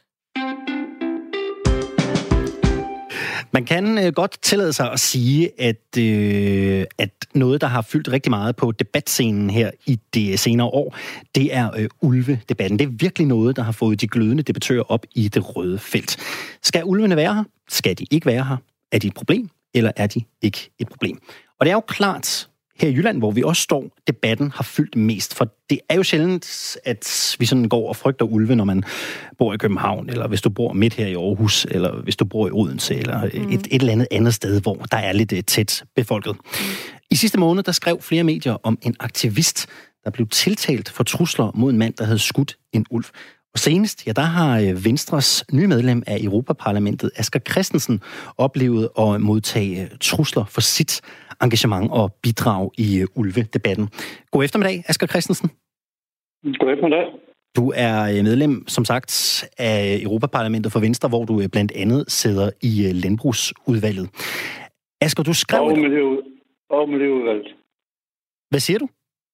Speaker 1: Man kan godt tillade sig at sige, at noget, der har fyldt rigtig meget på debatscenen her i de senere år, det er ulvedebatten. Det er virkelig noget, der har fået de glødende debattører op i det røde felt. Skal ulvene være her? Skal de ikke være her? Er de et problem, eller er de ikke et problem? Og det er jo klart, her i Jylland, hvor vi også står, debatten har fyldt mest. For det er jo sjældent, at vi sådan går og frygter ulve, når man bor i København, eller hvis du bor midt her i Aarhus, eller hvis du bor i Odense, eller et eller andet sted, hvor der er lidt tæt befolket. I sidste måned, der skrev flere medier om en aktivist, der blev tiltalt for trusler mod en mand, der havde skudt en ulv. Og senest, der har Venstres nye medlem af Europaparlamentet, Asger Christensen, oplevet at modtage trusler for sit engagement og bidrag i ulvedebatten. God eftermiddag, Asger Christensen.
Speaker 6: God eftermiddag.
Speaker 1: Du er medlem, som sagt, af Europaparlamentet for Venstre, hvor du blandt andet sidder i landbrugsudvalget. Asger, du skrev...
Speaker 6: Og miljøudvalget.
Speaker 1: Hvad siger du?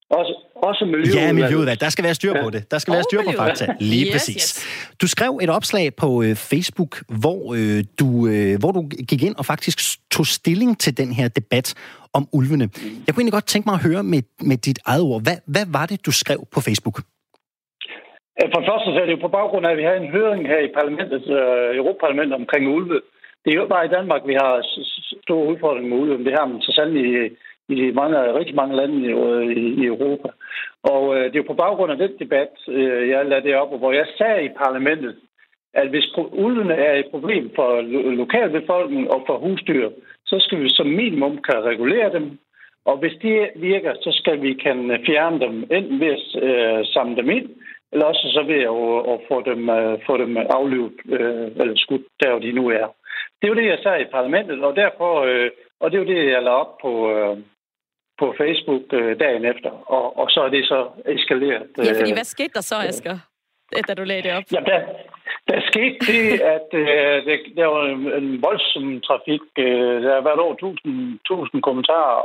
Speaker 6: Også miljøudvalget.
Speaker 1: Ja, miljøudvalget. Der skal være styr på det. Der skal være styr på fakta. Lige præcis. Yes. Du skrev et opslag på Facebook, hvor du gik ind og faktisk tog stilling til den her debat om ulvene. Jeg kunne egentlig godt tænke mig at høre med dit eget ord. Hvad var det, du skrev på Facebook?
Speaker 6: For det første så er det jo på baggrund af, at vi har en høring her i parlamentet, Europaparlamentet omkring ulve. Det er jo bare i Danmark, vi har store udfordringer med ulve. Det har man så sandelig i rigtig mange lande i Europa. Og det er jo på baggrund af den debat, jeg lavede det op, hvor jeg sagde i parlamentet, at hvis ulvene er et problem for lokalbefolkningen og for husdyr, så skal vi som minimum kan regulere dem. Og hvis de virker, så skal vi kan fjerne dem, enten ved at samle dem ind, eller også så ved at få dem aflivet eller skudt der, hvor de nu er. Det er jo det, jeg sagde i parlamentet, og derfor, og det er jo det, jeg lavede op på Facebook dagen efter, og så er det så eskaleret.
Speaker 2: Ja, fordi hvad skete der så, Asger, da du lagde det op?
Speaker 6: Ja, der skete det, at der var en voldsom trafik. Der har været over 1000 kommentarer,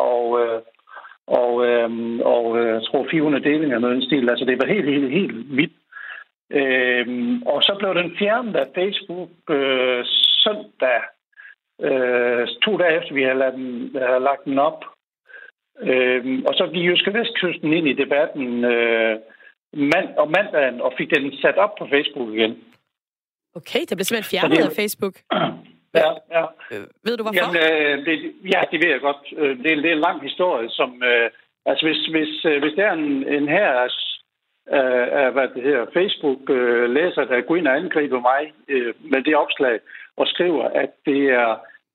Speaker 6: og jeg tror 400 delinger af noget stil. Altså, det var helt vildt. Og så blev den fjernet af Facebook søndag, 2 dage efter, vi havde lagt den op. Og så gik JydskeVestkysten ind i debatten om mandagen og fik den sat op på Facebook igen.
Speaker 2: Okay, det blev simpelthen fjernet af Facebook.
Speaker 6: Ja.
Speaker 2: Ved du hvorfor?
Speaker 6: Jamen, det ved jeg godt. Det er en lang historie, som altså hvis der er en her hvad det her Facebook læser, der går ind og angriber mig med det opslag og skriver, at det er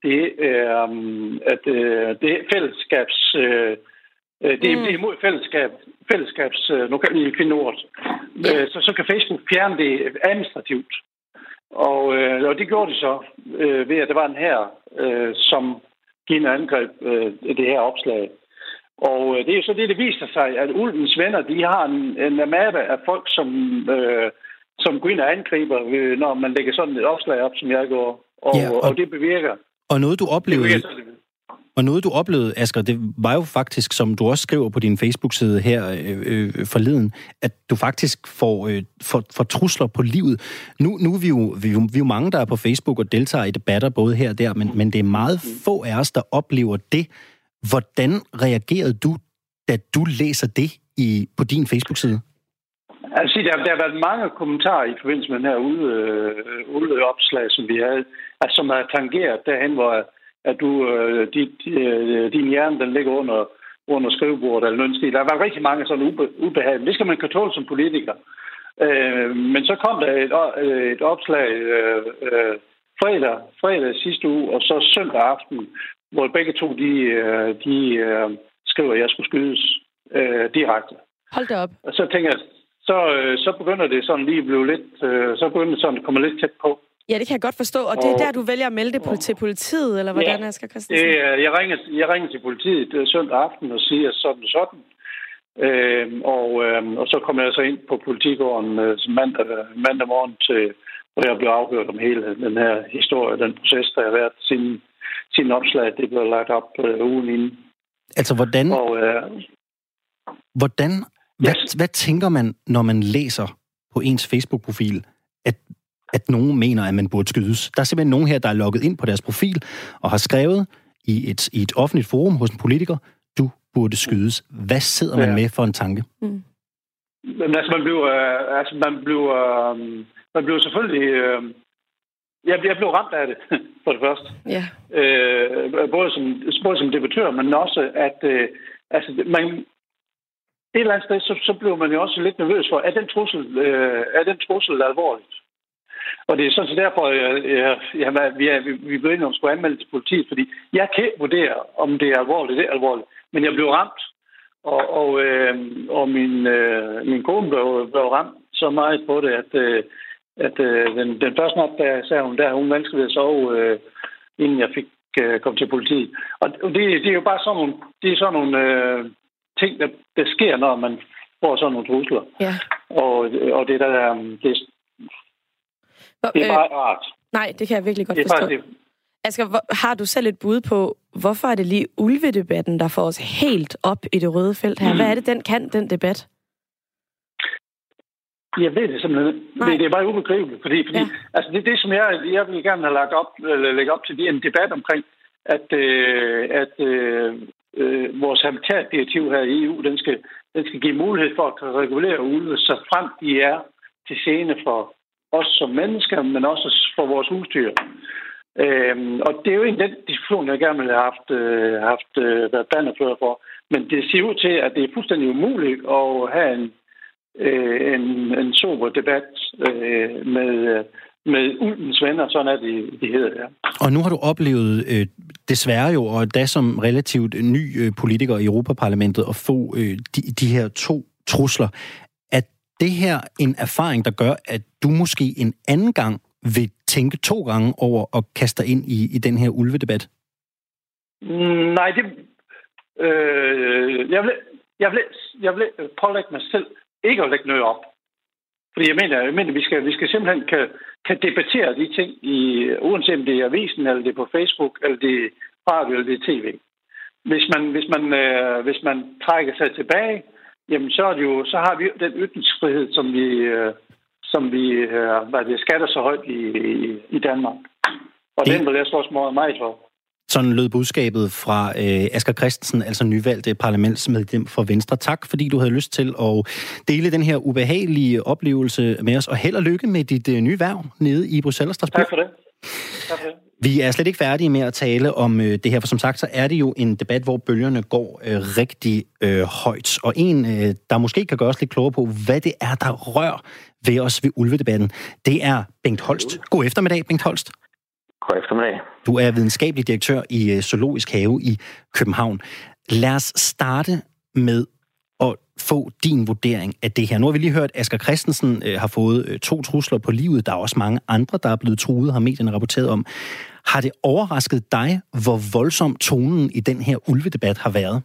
Speaker 6: fællesskabs det er imod fællesskabs nu kan I finde ordet. Så kan Facebook fjerne det administrativt. Og det gjorde de så ved, at der var en her, som gik ind og angreb det her opslag. Og det er jo så det viser sig, at ulvens venner, de har en map af folk, som går ind og angriber, når man lægger sådan et opslag op, som jeg gjorde. Og det bevirker.
Speaker 1: Og noget du oplevede, Asger, det var jo faktisk, som du også skriver på din Facebook-side her forleden, at du faktisk får trusler på livet. Nu er vi jo mange, der er på Facebook og deltager i debatter, både her og der, men det er meget få af os, der oplever det. Hvordan reagerede du, da du læser det på din Facebook-side?
Speaker 6: Altså, der har været mange kommentarer i forbindelse med den her ulveopslag, som vi havde, altså, som har tangeret derhen, hvor at din hjerne, den ligger under skrivebordet eller noget stil. Der var rigtig mange sådan ubehag. Det skal man kan tåle som politiker. Men så kom der et opslag fredag sidste uge, og så søndag aften, hvor begge to, de skriver, at jeg skulle skydes direkte.
Speaker 2: Hold da op.
Speaker 6: Og så tænker jeg, så begynder det sådan lige at blive lidt, så begynder det sådan at komme lidt tæt på.
Speaker 2: Ja, det kan jeg godt forstå. Og det er der, du vælger at melde det til politiet, eller hvordan, Asger Christensen?
Speaker 6: Jeg ringer til politiet søndag aften og siger sådan. Og så kommer jeg så ind på politigården mandag morgen til, hvor jeg blev afhørt om hele den her historie, den proces, der har været siden opslag, det blev lagt op ugen inden.
Speaker 1: Altså, hvad tænker man, når man læser på ens Facebook-profil, at nogen mener, at man burde skydes? Der er simpelthen nogen her, der er logget ind på deres profil og har skrevet i et offentligt forum hos en politiker, du burde skydes. Hvad sidder man med for en tanke?
Speaker 6: Men altså, man bliver selvfølgelig... Jeg blev ramt af det, for det første.
Speaker 2: Ja.
Speaker 6: Både som debattør, men også, at et eller andet sted, så blev man jo også lidt nervøs for, at den trussel er alvorligt. Og det er sådan set derfor, vi blev enige om at skulle anmelde til politiet, fordi jeg kan vurdere, om det er alvorligt, men jeg blev ramt, og min kone blev ramt så meget på det, at den første nat, der sagde hun vanskelig ved at sove, inden jeg fik kom til politiet. Og det er jo bare sådan nogle ting, der sker, når man får sådan nogle trusler.
Speaker 2: Ja.
Speaker 6: Og det der... Det er bare rart.
Speaker 2: Nej, det kan jeg virkelig godt forstå. Asger, har du selv et bud på, hvorfor er det lige ulvedebatten, der får os helt op i det røde felt her? Hvad er det, den debat?
Speaker 6: Jeg ved det simpelthen. Det er bare ubegribeligt, fordi ja. Altså det som jeg vil gerne have lægge op til, det er en debat omkring, at vores habitatdirektiv her i EU, den skal give mulighed for at regulere ulve, så frem de er til gene for os som mennesker, men også for vores husdyr. Og det er jo en den diskussion, jeg gerne ville have haft været bannerfører for. Men det ser ud til, at det er fuldstændig umuligt at have en sober debat med ulvens venner, sådan er de hedder, ja.
Speaker 1: Og nu har du oplevet, desværre jo, og da som relativt ny politiker i Europaparlamentet, at få de her 2 trusler. Er det her en erfaring, der gør, at du måske en anden gang vil tænke 2 gange over at kaste dig ind i den her ulvedebat?
Speaker 6: Nej, jeg vil pålægge mig selv ikke at lægge noget op. Fordi jeg mener vi skal simpelthen kan debattere de ting, uanset om det er avisen, eller det er på Facebook, eller det er radio, eller det er tv. Hvis man trækker sig tilbage, jamen så har vi den ytringsfrihed, som vi skatter så højt i Danmark. Og den vil jeg slås meget for.
Speaker 1: Sådan lød budskabet fra Asger Christensen, altså nyvalgte parlamentsmedlem for Venstre. Tak, fordi du havde lyst til at dele den her ubehagelige oplevelse med os, og held og lykke med dit nye hverv nede i Bruxelles og Strasbourg.
Speaker 6: Tak for det.
Speaker 1: Vi er slet ikke færdige med at tale om det her, for som sagt, så er det jo en debat, hvor bølgerne går rigtig højt. Og en, der måske kan gøre os lidt klogere på, hvad det er, der rører ved os ved ulvedebatten, det er Bengt Holst. God eftermiddag, Bengt Holst.
Speaker 7: God eftermiddag.
Speaker 1: Du er videnskabelig direktør i Zoologisk Have i København. Lad os starte med at få din vurdering af det her. Nu har vi lige hørt, at Asger Christensen har fået 2 trusler på livet. Der er også mange andre, der er blevet truet, har medierne rapporteret om. Har det overrasket dig, hvor voldsom tonen i den her ulvedebat har været?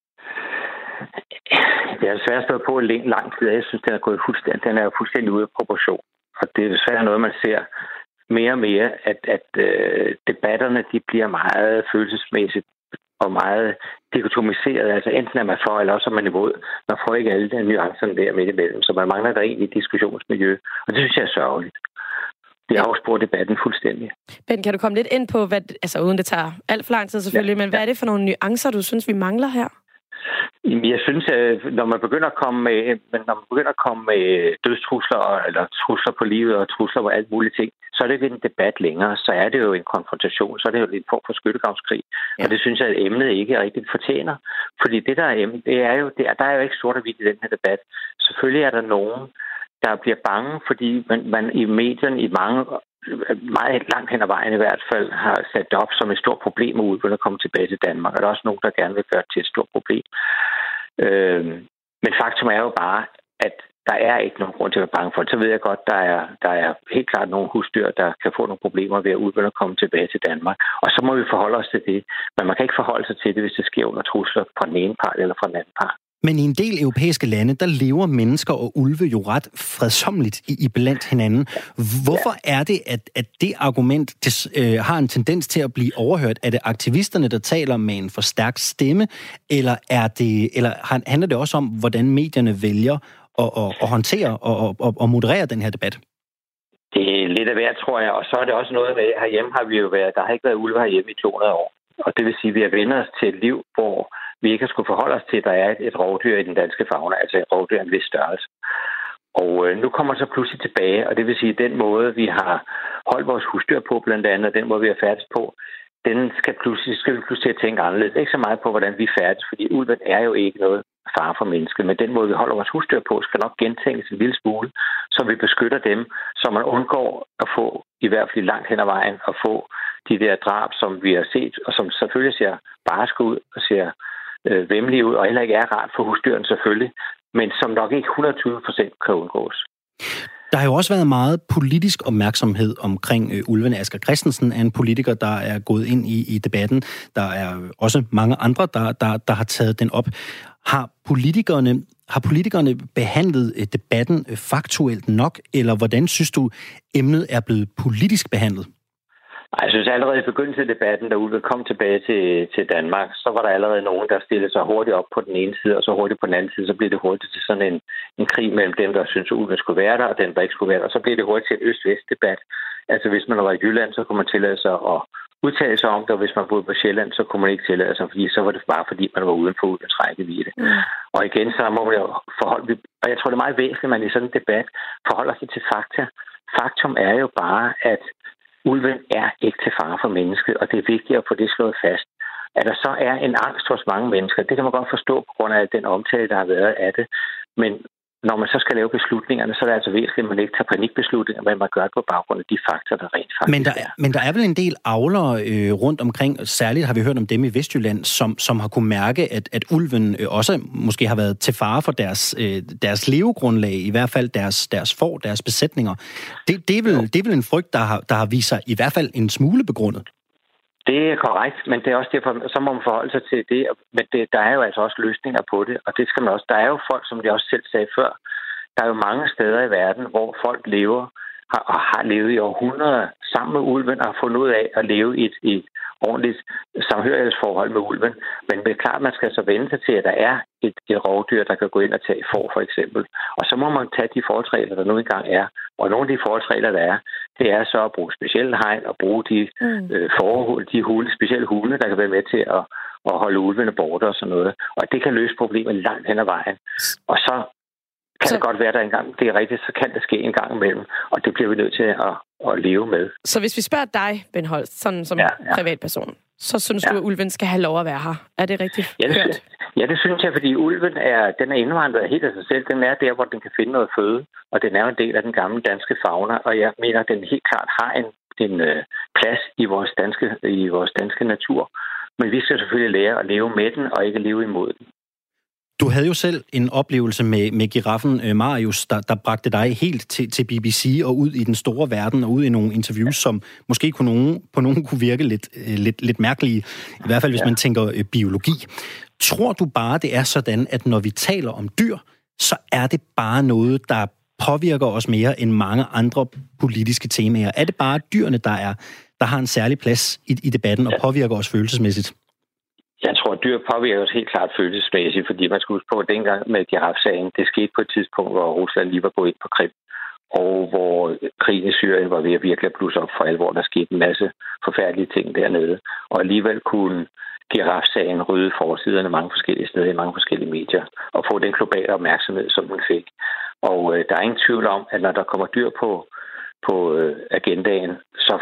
Speaker 7: Det er desværre stået på lang tid. Jeg synes, den er jo fuldstændig ude af proportion. Og det er desværre noget, man ser mere og mere, at debatterne de bliver meget følelsesmæssigt og meget dikotomiseret. Altså enten er man for, eller også er man imod. Man får ikke alle de nuancerne der midt imellem, så man mangler der egentlig diskussionsmiljø. Og det synes jeg er sørgeligt. Det afsporer debatten fuldstændig.
Speaker 2: Ben, kan du komme lidt ind på, uden det tager alt for lang tid selvfølgelig, men hvad er det for nogle nuancer, du synes, vi mangler her?
Speaker 7: Jeg synes, at når man begynder at komme med dødstrusler eller trusler på livet og trusler på alt muligt ting, så er det ikke en debat længere. Så er det jo en konfrontation. Så er det jo en form for skyttegravskrig. Ja. Og det synes jeg, at emnet ikke rigtig fortjener. Fordi det der er emnet, der er jo ikke sort og hvidt i den her debat. Selvfølgelig er der nogen, der bliver bange, fordi man i medierne i meget langt hen ad vejen i hvert fald har sat det op som et stort problem at udbegynde at komme tilbage til Danmark. Og der er også nogen, der gerne vil gøre det til et stort problem. Men faktum er jo bare, at der er ikke nogen grund til at være bange for det. Så ved jeg godt, der er helt klart nogle husdyr, der kan få nogle problemer ved at udbegynde at komme tilbage til Danmark. Og så må vi forholde os til det. Men man kan ikke forholde sig til det, hvis det sker under trusler fra den ene part eller fra den anden part.
Speaker 1: Men i en del europæiske lande, der lever mennesker og ulve jo ret fredsommeligt i blandt hinanden. Hvorfor er det, at det argument har en tendens til at blive overhørt? Er det aktivisterne, der taler med en for stærk stemme, eller handler det også om, hvordan medierne vælger at håndtere og moderere den her debat?
Speaker 7: Det er lidt af hvert, tror jeg. Og så er det også noget med, herhjemme har vi jo været, der har ikke været ulve herhjemme i 200 år. Og det vil sige, at vi har vendt os til et liv, hvor vi ikke har skulle forholde os til, at der er et rovdyr i den danske fauna, altså et rovdyr af en vis størrelse. Og nu kommer så pludselig tilbage, og det vil sige, at den måde, vi har holdt vores husdyr på, blandt andet, og den måde, vi har færdes på, den skal vi pludselig tænke anderledes. Ikke så meget på, hvordan vi færdes, fordi ulven er jo ikke noget fare for mennesket, men den måde, vi holder vores husdyr på, skal nok gentænges en lille smule, så vi beskytter dem, så man undgår at få, i hvert fald langt hen ad vejen, at få de der drab, som vi har set, og som selvfølgelig ser barske ud og ser væmmelige ud, og heller ikke er rart for husdyrene selvfølgelig, men som nok ikke 120% kan undgås.
Speaker 1: Der har jo også været meget politisk opmærksomhed omkring ulvene. Asger Christensen er en politiker, der er gået ind i debatten. Der er også mange andre, der har taget den op. Har politikerne behandlet debatten faktuelt nok, eller hvordan synes du, emnet er blevet politisk behandlet?
Speaker 7: Jeg synes allerede i begyndelsen af debatten, da ulven kom tilbage til Danmark, så var der allerede nogen, der stillede sig hurtigt op på den ene side, og så hurtigt på den anden side, så blev det hurtigt til sådan en krig mellem dem, der synes ulven skulle være der, og dem, der ikke skulle være der. Og så blev det hurtigt til en øst-vest-debat. Altså hvis man var i Jylland, så kunne man tillade sig at udtale sig om det, og hvis man boede på Sjælland, så kunne man ikke tillade sig, fordi så var det bare fordi, man var uden for ulvens rækkevidde. Og igen, så må man jo forholde, og jeg tror, det er meget væsentligt, at man i sådan en debat forholder sig til fakta. Faktum er jo bare, at ulven er ikke til fare for mennesket, og det er vigtigt at få det slået fast. At der så er en angst hos mange mennesker, det kan man godt forstå på grund af den omtale, der har været af det. Men når man så skal lave beslutningerne, så er det altså væsentligt, at man ikke tager panikbeslutninger, men man gør det på baggrund af de fakta, der rent faktisk er.
Speaker 1: Men der er vel en del avlere rundt omkring, særligt har vi hørt om dem i Vestjylland, som har kunne mærke, at ulven også måske har været til fare for deres levegrundlag, i hvert fald deres får, deres besætninger. Det er vel en frygt, der har vist sig i hvert fald en smule begrundet.
Speaker 7: Det er korrekt, men det er også derfor, så må man forholde sig til det. Men der er jo altså også løsninger på det, og det skal man også. Der er jo folk, som jeg også selv sagde før, der er jo mange steder i verden, hvor folk lever og har levet i århundreder sammen med ulven og har fundet ud af at leve i et ordentligt samhørighedsforhold med ulven. Men det er klart, at man skal så vende sig til, at der er et rovdyr, der kan gå ind og tage for eksempel. Og så må man tage de forholdsregler, der nu engang er. Og nogle af de forholdsregler, der er, det er så at bruge specielle hegn og bruge de specielle hunde, der kan være med til at holde ulvene borte og sådan noget. Og det kan løse problemet langt hen ad vejen. Og så kan det godt være, der engang, det er rigtigt, så kan det ske en gang imellem, og det bliver vi nødt til at leve med.
Speaker 2: Så hvis vi spørger dig, Ben Holst, sådan som privatperson, så synes du, at ulven skal have lov at være her? Er det rigtigt hørt?
Speaker 7: Ja, det synes jeg, fordi ulven den er indvandret helt af sig selv. Den er der, hvor den kan finde noget føde, og den er en del af den gamle danske fauna, og jeg mener, at den helt klart har en plads i vores danske natur. Men vi skal selvfølgelig lære at leve med den, og ikke leve imod den.
Speaker 1: Du havde jo selv en oplevelse med giraffen Marius, der bragte dig helt til BBC og ud i den store verden og ud i nogle interviews, som måske på nogen kunne virke lidt mærkelige, i hvert fald hvis man tænker biologi. Tror du bare, det er sådan, at når vi taler om dyr, så er det bare noget, der påvirker os mere end mange andre politiske temaer? Er det bare dyrene, der har en særlig plads i debatten og påvirker os følelsesmæssigt?
Speaker 7: Jeg tror, at dyr påvirker os helt klart følelsesmæssigt, fordi man skal huske på, at dengang med girafsagen, det skete på et tidspunkt, hvor Rusland lige var gået ind på Krim, og hvor krigen i Syrien var ved at virkelig blusse op for alvor. Der skete en masse forfærdelige ting dernede, og alligevel kunne girafsagen rydde forsiderne mange forskellige steder i mange forskellige medier, og få den globale opmærksomhed, som den fik. Og der er ingen tvivl om, at når der kommer dyr på agendaen,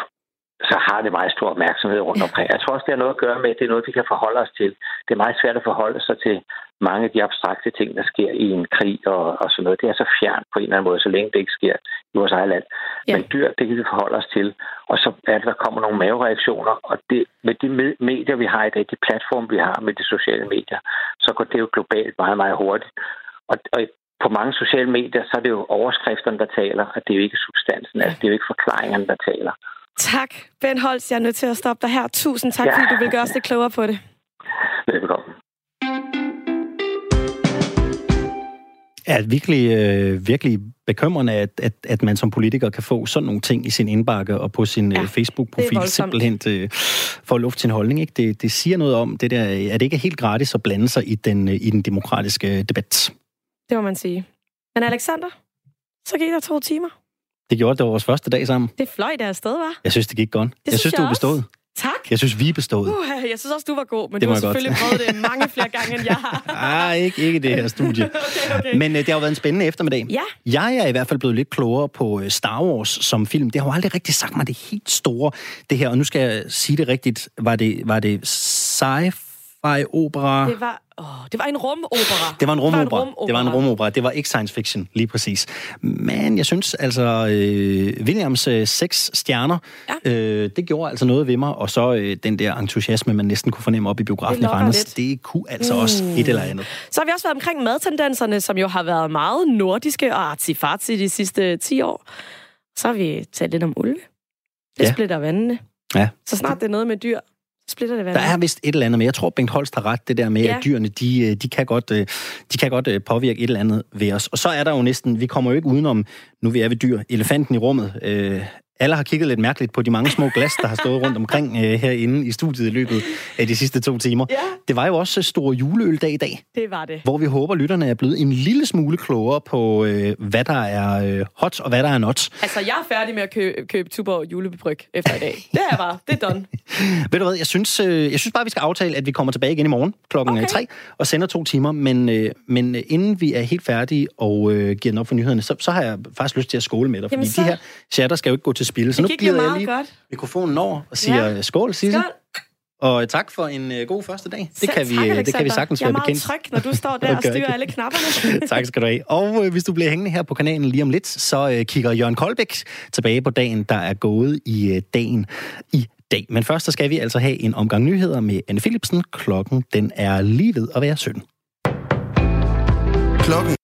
Speaker 7: så har det meget stor opmærksomhed rundt omkring. Jeg tror også, det har noget at gøre med, at det er noget, vi kan forholde os til. Det er meget svært at forholde sig til mange af de abstrakte ting, der sker i en krig og sådan noget. Det er så fjernt på en eller anden måde, så længe det ikke sker i vores eget land. Ja. Men dyr, det kan vi forholde os til. Og så er det, der kommer nogle mavereaktioner, og det, med de medier, vi har i dag, de platforme, vi har med de sociale medier, så går det jo globalt meget, meget hurtigt. Og på mange sociale medier, så er det jo overskrifterne, der taler, og det er jo ikke substansen. Altså, det er jo ikke forklaringerne, der taler.
Speaker 2: Tak, Ben Holst. Jeg er nødt til at stoppe dig her. Tusind tak, fordi du vil gøre os lidt klogere på det.
Speaker 7: Velbekomme.
Speaker 1: Er det virkelig bekymrende, at man som politiker kan få sådan nogle ting i sin indbakke og på sin Facebook-profil simpelthen for luft sin holdning, ikke? Det siger noget om det der, at det ikke er helt gratis at blande sig i den demokratiske debat.
Speaker 2: Det må man sige. Men Alexander, så gik der 2 timer.
Speaker 1: Det gjorde det vores første dag sammen.
Speaker 2: Det fløj der afsted, var?
Speaker 1: Jeg synes, det gik godt. Jeg synes, du er bestået.
Speaker 2: Tak.
Speaker 1: Jeg synes, vi er bestået.
Speaker 2: Jeg synes også, du var god, men du har selvfølgelig prøvet det mange flere gange, end jeg har.
Speaker 1: Ikke det her studie. Okay. Men det har jo været en spændende eftermiddag.
Speaker 2: Ja.
Speaker 1: Jeg er i hvert fald blevet lidt klogere på Star Wars som film. Det har jo aldrig rigtig sagt mig det helt store, det her. Og nu skal jeg sige det rigtigt. Var det sci-fi-opera?
Speaker 2: Det var en rumopera.
Speaker 1: Det var en rumopera. Det var ikke science fiction, lige præcis. Men jeg synes altså, Williams 6 stjerner, det gjorde altså noget ved mig. Og så den der entusiasme, man næsten kunne fornemme op i biografen i Randers, det kunne altså også et eller andet.
Speaker 2: Så har vi også været omkring madtendenserne, som jo har været meget nordiske og artsy-fartsy de sidste 10 år. Så har vi talt lidt om ulve. Det splitter vandene. Ja. Så snart det er noget med dyr, splitter det vandene.
Speaker 1: Der er vist et eller andet, men jeg tror, Bengt Holst har ret, det der med, at dyrene, de kan godt påvirke et eller andet ved os. Og så er der jo næsten, vi kommer jo ikke udenom, nu vi er ved dyr, elefanten i rummet, alle har kigget lidt mærkeligt på de mange små glas, der har stået rundt omkring herinde i studiet i løbet af de sidste 2 timer. Ja. Det var jo også stor juleøldag i dag.
Speaker 2: Det var det.
Speaker 1: Hvor vi håber, lytterne er blevet en lille smule klogere på, hvad der er hot og hvad der er not.
Speaker 2: Altså, jeg er færdig med at købe Tuborg julebryg efter i dag. Det er bare. Det er done.
Speaker 1: Ved du hvad, jeg synes bare, vi skal aftale, at vi kommer tilbage igen i morgen klokken 3 og sender 2 timer. Men inden vi er helt færdige og giver den op for nyhederne, så har jeg faktisk lyst til at skåle med dig. Fordi de her chatter skal jo ikke gå til spil. Så nu glider jeg lige mikrofonen over og siger skål, Sisse. Og tak for en god første dag. Det kan vi sagtens være bekendt.
Speaker 2: Jeg er meget tryg, når du står der og styrer alle knapperne.
Speaker 1: Tak skal du have. Og hvis du bliver hængende her på kanalen lige om lidt, så kigger Jørgen Koldbæk tilbage på dagen, der er gået i dagen i dag. Men først så skal vi altså have en omgang nyheder med Anne Philipsen. Klokken den er lige ved at være 17. Klokken